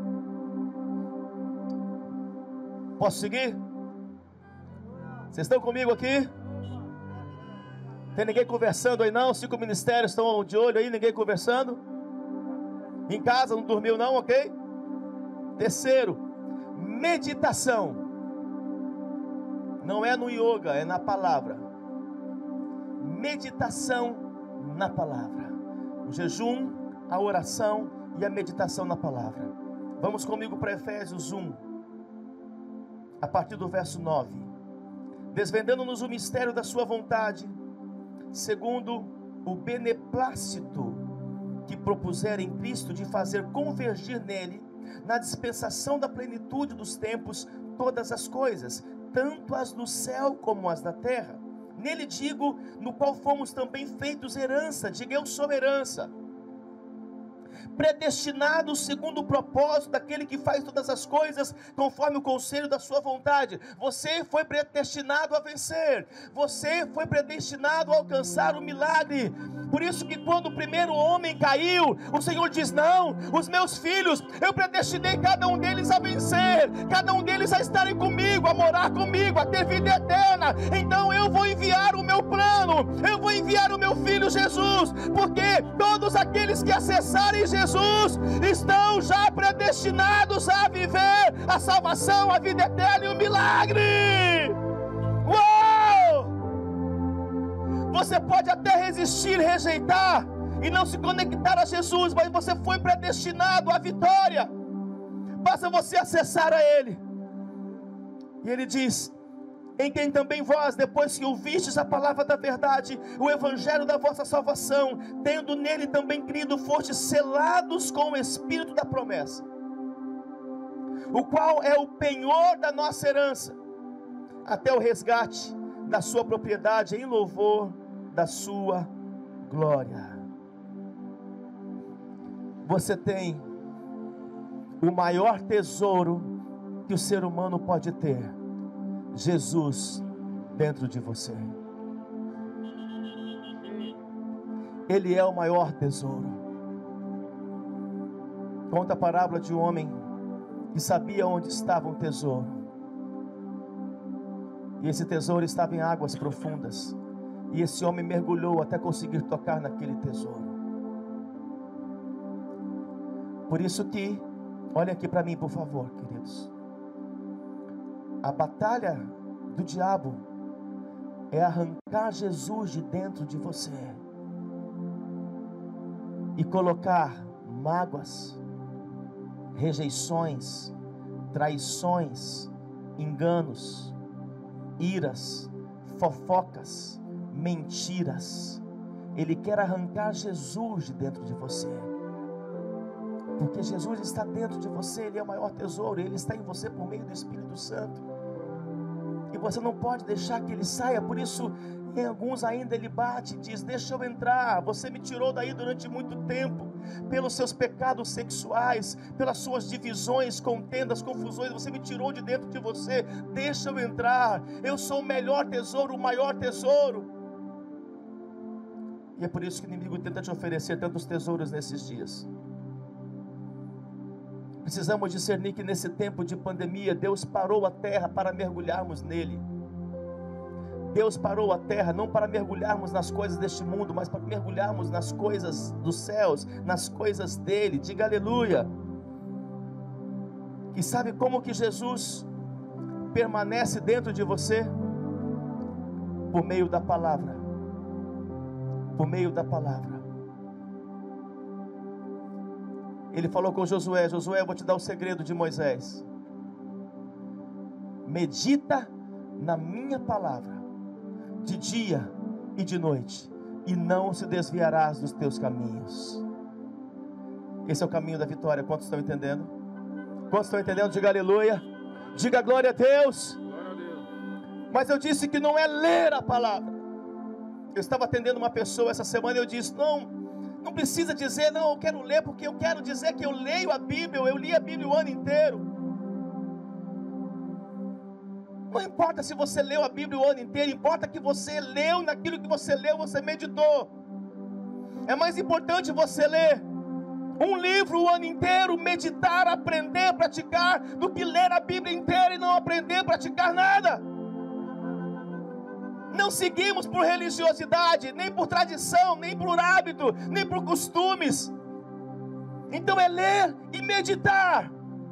posso seguir? Vocês estão comigo aqui? Tem ninguém conversando aí não? 5 ministérios estão de olho aí, ninguém conversando? Em casa não dormiu não, ok? Terceiro, meditação. Não é no yoga, é na palavra. Meditação na palavra. O jejum, a oração e a meditação na palavra. Vamos comigo para Efésios 1, a partir do verso 9. Desvendando-nos o mistério da sua vontade, segundo o beneplácito que propuser em Cristo de fazer convergir nele, na dispensação da plenitude dos tempos, todas as coisas, tanto as do céu como as da terra. Nele digo, no qual fomos também feitos herança. Diga, eu sou herança. Predestinados segundo o propósito daquele que faz todas as coisas conforme o conselho da sua vontade. Você foi predestinado a vencer. Você foi predestinado a alcançar o milagre. Por isso que quando o primeiro homem caiu, o Senhor diz, não, os meus filhos, eu predestinei cada um deles a vencer, cada um deles a estarem comigo, a morar comigo, a ter vida eterna. Então eu vou enviar o meu plano, eu vou enviar o meu filho Jesus, porque todos aqueles que acessarem Jesus estão já predestinados a viver a salvação, a vida eterna e o milagre. Uou! Você pode até resistir, rejeitar e não se conectar a Jesus, mas você foi predestinado à vitória. Basta você acessar a Ele. E Ele diz, em quem também vós, depois que ouvistes a palavra da verdade, o evangelho da vossa salvação, tendo nele também crido, fostes selados com o Espírito da promessa, o qual é o penhor da nossa herança, até o resgate da sua propriedade, em louvor da sua glória. Você tem o maior tesouro que o ser humano pode ter: Jesus dentro de você. Ele é o maior tesouro. Conta a parábola de um homem que sabia onde estava um tesouro, e esse tesouro estava em águas profundas, e esse homem mergulhou até conseguir tocar naquele tesouro. Por isso que, olha aqui para mim por favor, queridos, a batalha do diabo é arrancar Jesus de dentro de você. e colocar mágoas, rejeições, traições, enganos, iras, fofocas, mentiras. Ele quer arrancar Jesus de dentro de você, porque Jesus está dentro de você. Ele é o maior tesouro, Ele está em você por meio do Espírito Santo, e você não pode deixar que Ele saia. Por isso, em alguns ainda Ele bate e diz: deixa eu entrar, você me tirou daí durante muito tempo, pelos seus pecados sexuais, pelas suas divisões, contendas, confusões, você me tirou de dentro de você, deixa eu entrar, eu sou o melhor tesouro, o maior tesouro. E é por isso que o inimigo tenta te oferecer tantos tesouros nesses dias. Precisamos discernir que nesse tempo de pandemia, Deus parou a terra para mergulharmos nele. Deus parou a terra não para mergulharmos nas coisas deste mundo, mas para mergulharmos nas coisas dos céus, nas coisas dele. Diga aleluia. E sabe como que Jesus permanece dentro de você? Por meio da palavra. Por meio da palavra. Ele falou com Josué: Josué, eu vou te dar o segredo de Moisés. Medita na minha palavra de dia e de noite, e não se desviarás dos teus caminhos. Esse é o caminho da vitória. Quantos estão entendendo? Quantos estão entendendo? Diga aleluia. Diga glória a Deus. Mas eu disse que não é ler a palavra. Eu estava atendendo uma pessoa essa semana e eu disse: não precisa dizer, não, eu quero ler, porque eu quero dizer que eu leio a Bíblia, eu li a Bíblia o ano inteiro. Não importa se você leu a Bíblia o ano inteiro, importa que você leu, naquilo que você leu, você meditou. É mais importante você ler um livro o ano inteiro, meditar, aprender, praticar, do que ler a Bíblia inteira e não aprender, praticar nada. Não seguimos por religiosidade, nem por tradição, nem por hábito, nem por costumes. Então é ler e meditar.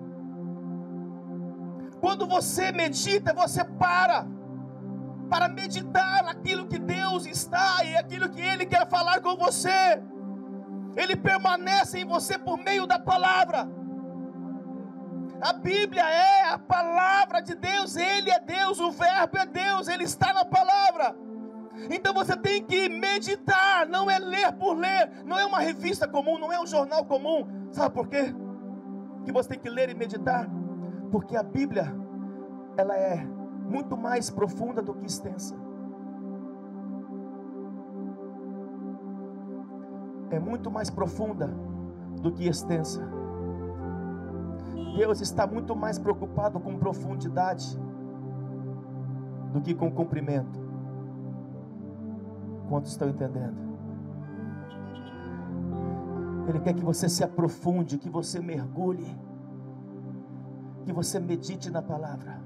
Quando você medita, você para meditar naquilo que Deus está e aquilo que Ele quer falar com você. Ele permanece em você por meio da palavra. A Bíblia é a palavra de Deus, Ele é Deus, o verbo é Deus, Ele está na palavra. Então você tem que meditar, não é ler por ler, não é uma revista comum, não é um jornal comum. Sabe por quê que você tem que ler e meditar? Porque a Bíblia, ela é muito mais profunda do que extensa. É muito mais profunda do que extensa. Deus está muito mais preocupado com profundidade do que com comprimento. Quantos estão entendendo? Ele quer que você se aprofunde, que você mergulhe, que você medite na palavra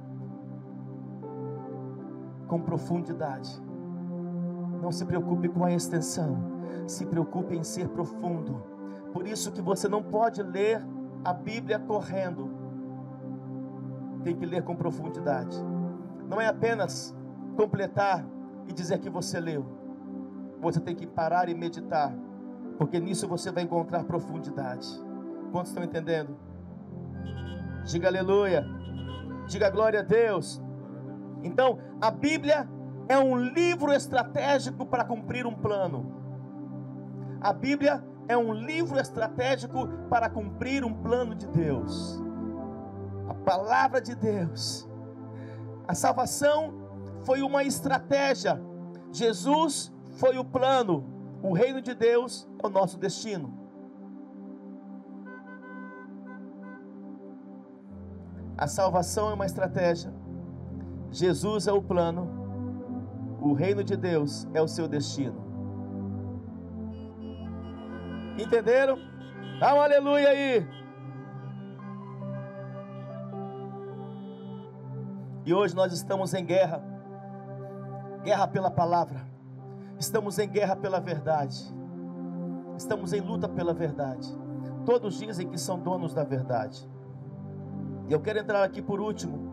com profundidade. Não se preocupe com a extensão, se preocupe em ser profundo. Por isso que você não pode ler a Bíblia correndo, tem que ler com profundidade. Não é apenas completar e dizer que você leu. Você tem que parar e meditar, porque nisso você vai encontrar profundidade. Quantos estão entendendo? Diga aleluia. Diga glória a Deus. Então, a Bíblia é um livro estratégico para cumprir um plano. A Bíblia é um livro estratégico para cumprir um plano de Deus. A palavra de Deus. A salvação foi uma estratégia. Jesus foi o plano. O reino de Deus é o nosso destino. A salvação é uma estratégia. Jesus é o plano. O reino de Deus é o seu destino. Entenderam? Dá um aleluia aí. E hoje nós estamos em guerra. Guerra pela palavra. Estamos em guerra pela verdade. Estamos em luta pela verdade. Todos dizem que são donos da verdade. E eu quero entrar aqui por último.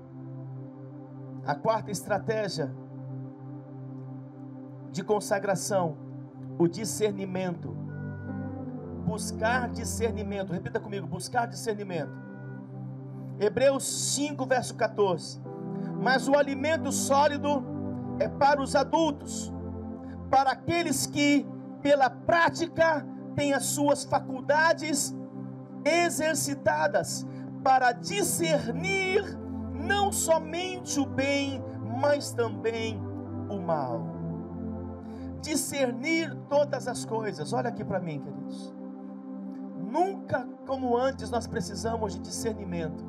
A quarta estratégia de consagração, o discernimento. buscar discernimento. Repita comigo, buscar discernimento. Hebreus 5, verso 14. Mas o alimento sólido é para os adultos, para aqueles que, pela prática, têm as suas faculdades exercitadas, para discernir não somente o bem, mas também o mal. Discernir todas as coisas. Olha aqui para mim, queridos. Nunca como antes nós precisamos de discernimento.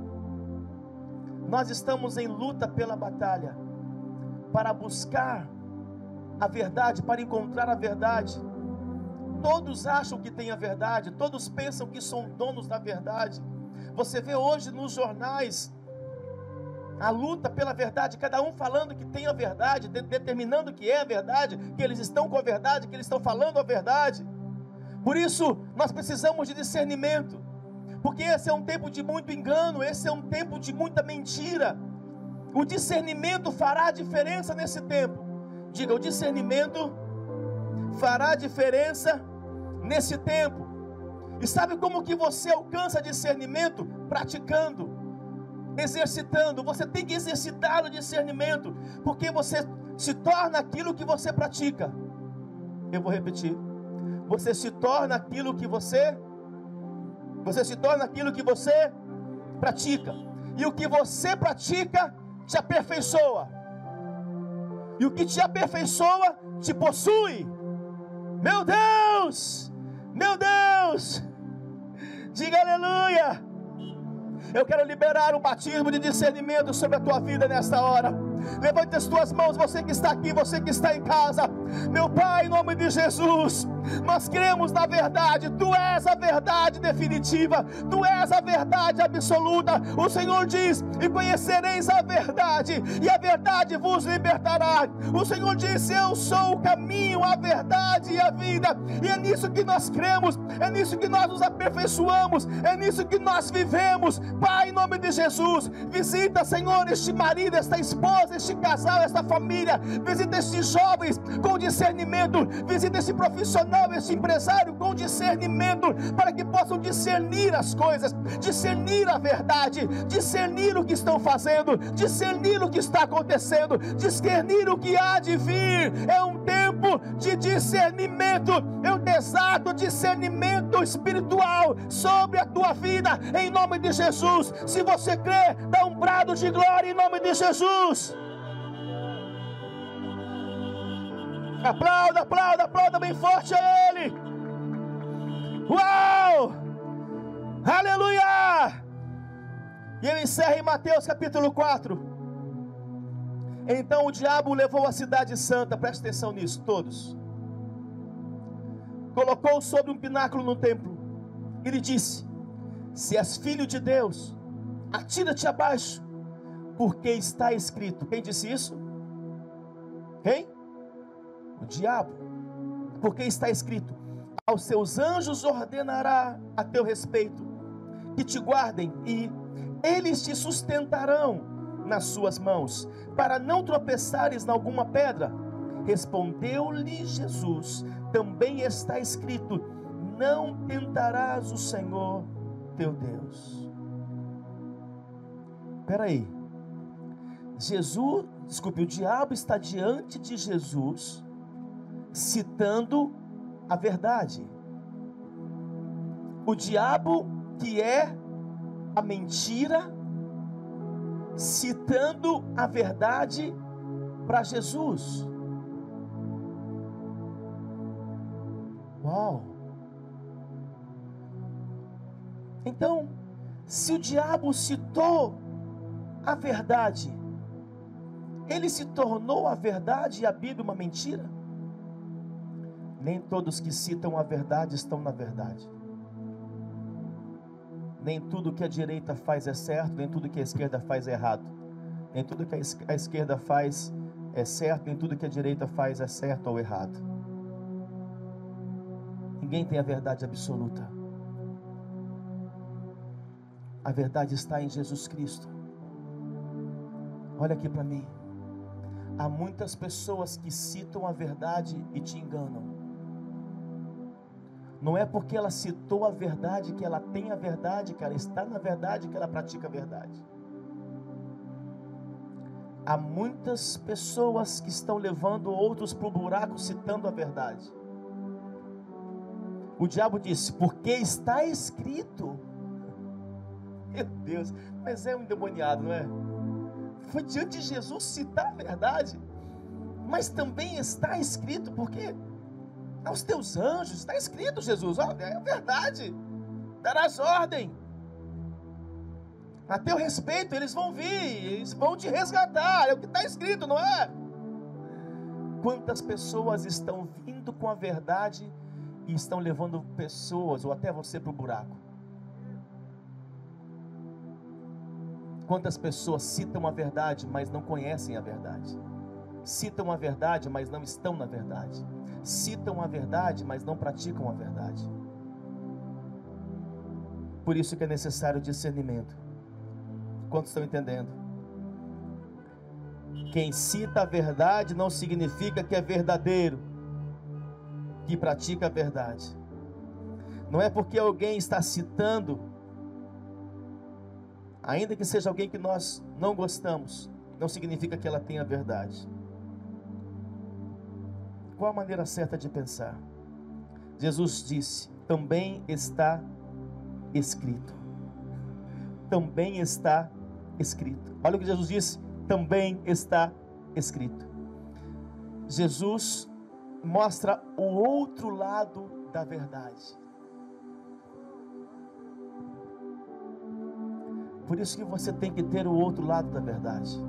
Nós estamos em luta pela batalha, para buscar a verdade, para encontrar a verdade. Todos acham que têm a verdade, todos pensam que são donos da verdade. Você vê hoje nos jornais a luta pela verdade, cada um falando que tem a verdade, determinando que é a verdade, que eles estão com a verdade, que eles estão falando a verdade. Por isso, nós precisamos de discernimento, porque esse é um tempo de muito engano, esse é um tempo de muita mentira. O discernimento fará a diferença nesse tempo. Diga, o discernimento fará a diferença nesse tempo. E sabe como que você alcança discernimento? Praticando, exercitando. Você tem que exercitar o discernimento, porque você se torna aquilo que você pratica. Eu vou repetir. Você se torna aquilo que você se torna aquilo que você pratica. E o que você pratica te aperfeiçoa. E o que te aperfeiçoa te possui. Meu Deus! Meu Deus! Diga aleluia! Eu quero liberar um batismo de discernimento sobre a tua vida nesta hora. Levante as tuas mãos, você que está aqui, você que está em casa. Meu Pai, em nome de Jesus, nós cremos na verdade. Tu és a verdade definitiva, Tu és a verdade absoluta. O Senhor diz: e conhecereis a verdade, e a verdade vos libertará. O Senhor diz: eu sou o caminho, a verdade e a vida. E é nisso que nós cremos, é nisso que nós nos aperfeiçoamos, é nisso que nós vivemos. Pai, em nome de Jesus, visita, Senhor, este marido, esta esposa, este casal, esta família. Visita estes jovens com discernimento. Visita este profissional, este empresário com discernimento, para que possam discernir as coisas, discernir a verdade, discernir o que estão fazendo, discernir o que está acontecendo, discernir o que há de vir. É um tempo de discernimento. Eu desato discernimento espiritual sobre a tua vida, em nome de Jesus. Se você crê, dá um brado de glória em nome de Jesus. Aplauda, aplauda, aplauda bem forte a Ele. Uau! Aleluia! E ele encerra em Mateus capítulo 4. Então o diabo levou a cidade santa, presta atenção nisso, todos. Colocou sobre um pináculo no templo. E lhe disse: se és filho de Deus, atira-te abaixo, porque está escrito. Quem disse isso? Quem? O diabo. Porque está escrito: aos seus anjos ordenará a teu respeito, que te guardem, e eles te sustentarão nas suas mãos, para não tropeçares em alguma pedra. Respondeu-lhe Jesus: também está escrito: não tentarás o Senhor teu Deus. Espera aí. O diabo está diante de Jesus, citando a verdade. O diabo, que é a mentira, citando a verdade para Jesus. Uau! Então, se o diabo citou a verdade, ele se tornou a verdade e a Bíblia uma mentira? Nem todos que citam a verdade estão na verdade. Nem tudo que a direita faz é certo, nem tudo que a esquerda faz é errado. Nem tudo que a esquerda faz é certo, nem tudo que a direita faz é certo ou errado. Ninguém tem a verdade absoluta. A verdade está em Jesus Cristo. Olha aqui para mim. Há muitas pessoas que citam a verdade e te enganam. Não é porque ela citou a verdade que ela tem a verdade, que ela está na verdade, que ela pratica a verdade. Há muitas pessoas que estão levando outros para o buraco citando a verdade. O diabo disse, porque está escrito. Meu Deus, mas é um endemoniado, não é? Foi diante de Jesus citar a verdade, mas também está escrito, porque aos teus anjos está escrito, Jesus, ó, é verdade, darás ordem a teu respeito, eles vão vir, eles vão te resgatar, é o que está escrito, não é? Quantas pessoas estão vindo com a verdade e estão levando pessoas, ou até você, para o buraco? Quantas pessoas citam a verdade, mas não conhecem a verdade? Citam a verdade, mas não estão na verdade. Citam a verdade, mas não praticam a verdade. Por isso que é necessário discernimento. Quantos estão entendendo? Quem cita a verdade não significa que é verdadeiro, que pratica a verdade. Não é porque alguém está citando, ainda que seja alguém que nós não gostamos, não significa que ela tenha verdade. Qual a maneira certa de pensar? Jesus disse, também está escrito. Também está escrito. Olha o que Jesus disse, também está escrito. Jesus mostra o outro lado da verdade. Por isso que você tem que ter o outro lado da verdade.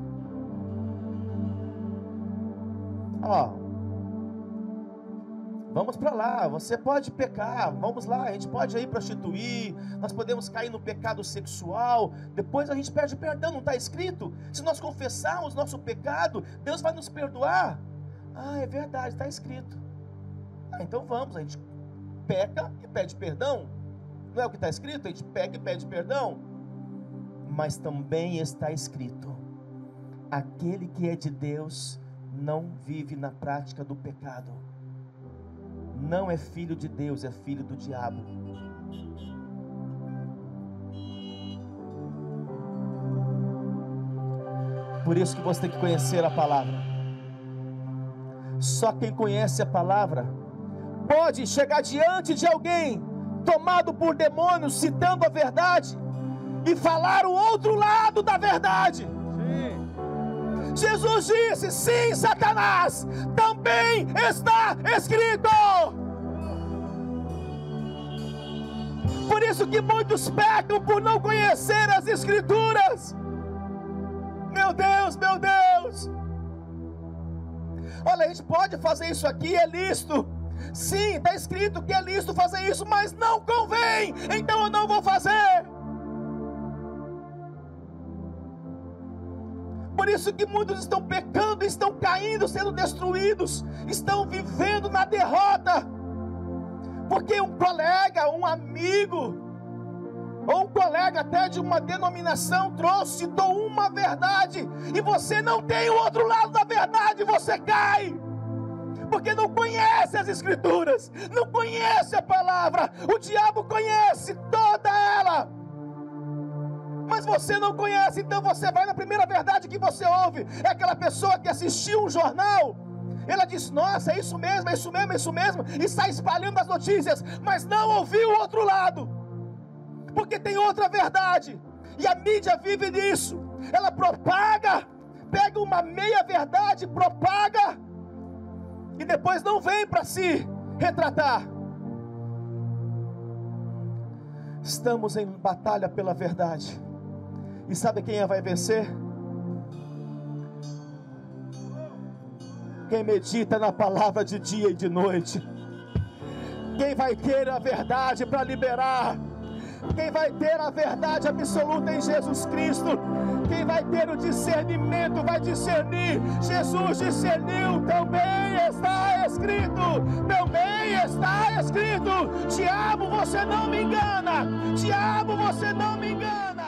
Vamos para lá, você pode pecar, vamos lá, a gente pode aí prostituir, nós podemos cair no pecado sexual, depois a gente pede perdão, não está escrito? Se nós confessarmos nosso pecado, Deus vai nos perdoar. É verdade, está escrito. Então vamos, a gente peca e pede perdão. Não é o que está escrito? A gente peca e pede perdão. Mas também está escrito, aquele que é de Deus não vive na prática do pecado. Não é filho de Deus, é filho do diabo. Por isso que você tem que conhecer a palavra. Só quem conhece a palavra pode chegar diante de alguém tomado por demônios, citando a verdade, e falar o outro lado da verdade. Sim. Jesus disse, sim, Satanás, também está escrito. Por isso que muitos pecam por não conhecer as Escrituras. Meu Deus, meu Deus. Olha, a gente pode fazer isso aqui, é lícito. Sim, está escrito que é lícito fazer isso, mas não convém, então eu não vou fazer. Por isso que muitos estão pecando, estão caindo, sendo destruídos, estão vivendo na derrota, porque um colega, um amigo, ou um colega até de uma denominação citou uma verdade, e você não tem o outro lado da verdade, você cai, porque não conhece as Escrituras, não conhece a palavra. O diabo conhece toda ela, mas você não conhece, então você vai na primeira verdade que você ouve. É aquela pessoa que assistiu um jornal, ela diz, nossa, é isso mesmo, é isso mesmo, é isso mesmo, e sai espalhando as notícias, mas não ouviu o outro lado, porque tem outra verdade, e a mídia vive nisso. Ela propaga, pega uma meia verdade, propaga, e depois não vem para se retratar. Estamos em batalha pela verdade, e sabe quem vai vencer? Quem medita na palavra de dia e de noite. Quem vai ter a verdade para liberar. Quem vai ter a verdade absoluta em Jesus Cristo. Quem vai ter o discernimento, vai discernir. Jesus discerniu, também está escrito. Também está escrito. Diabo, você não me engana. Diabo, você não me engana.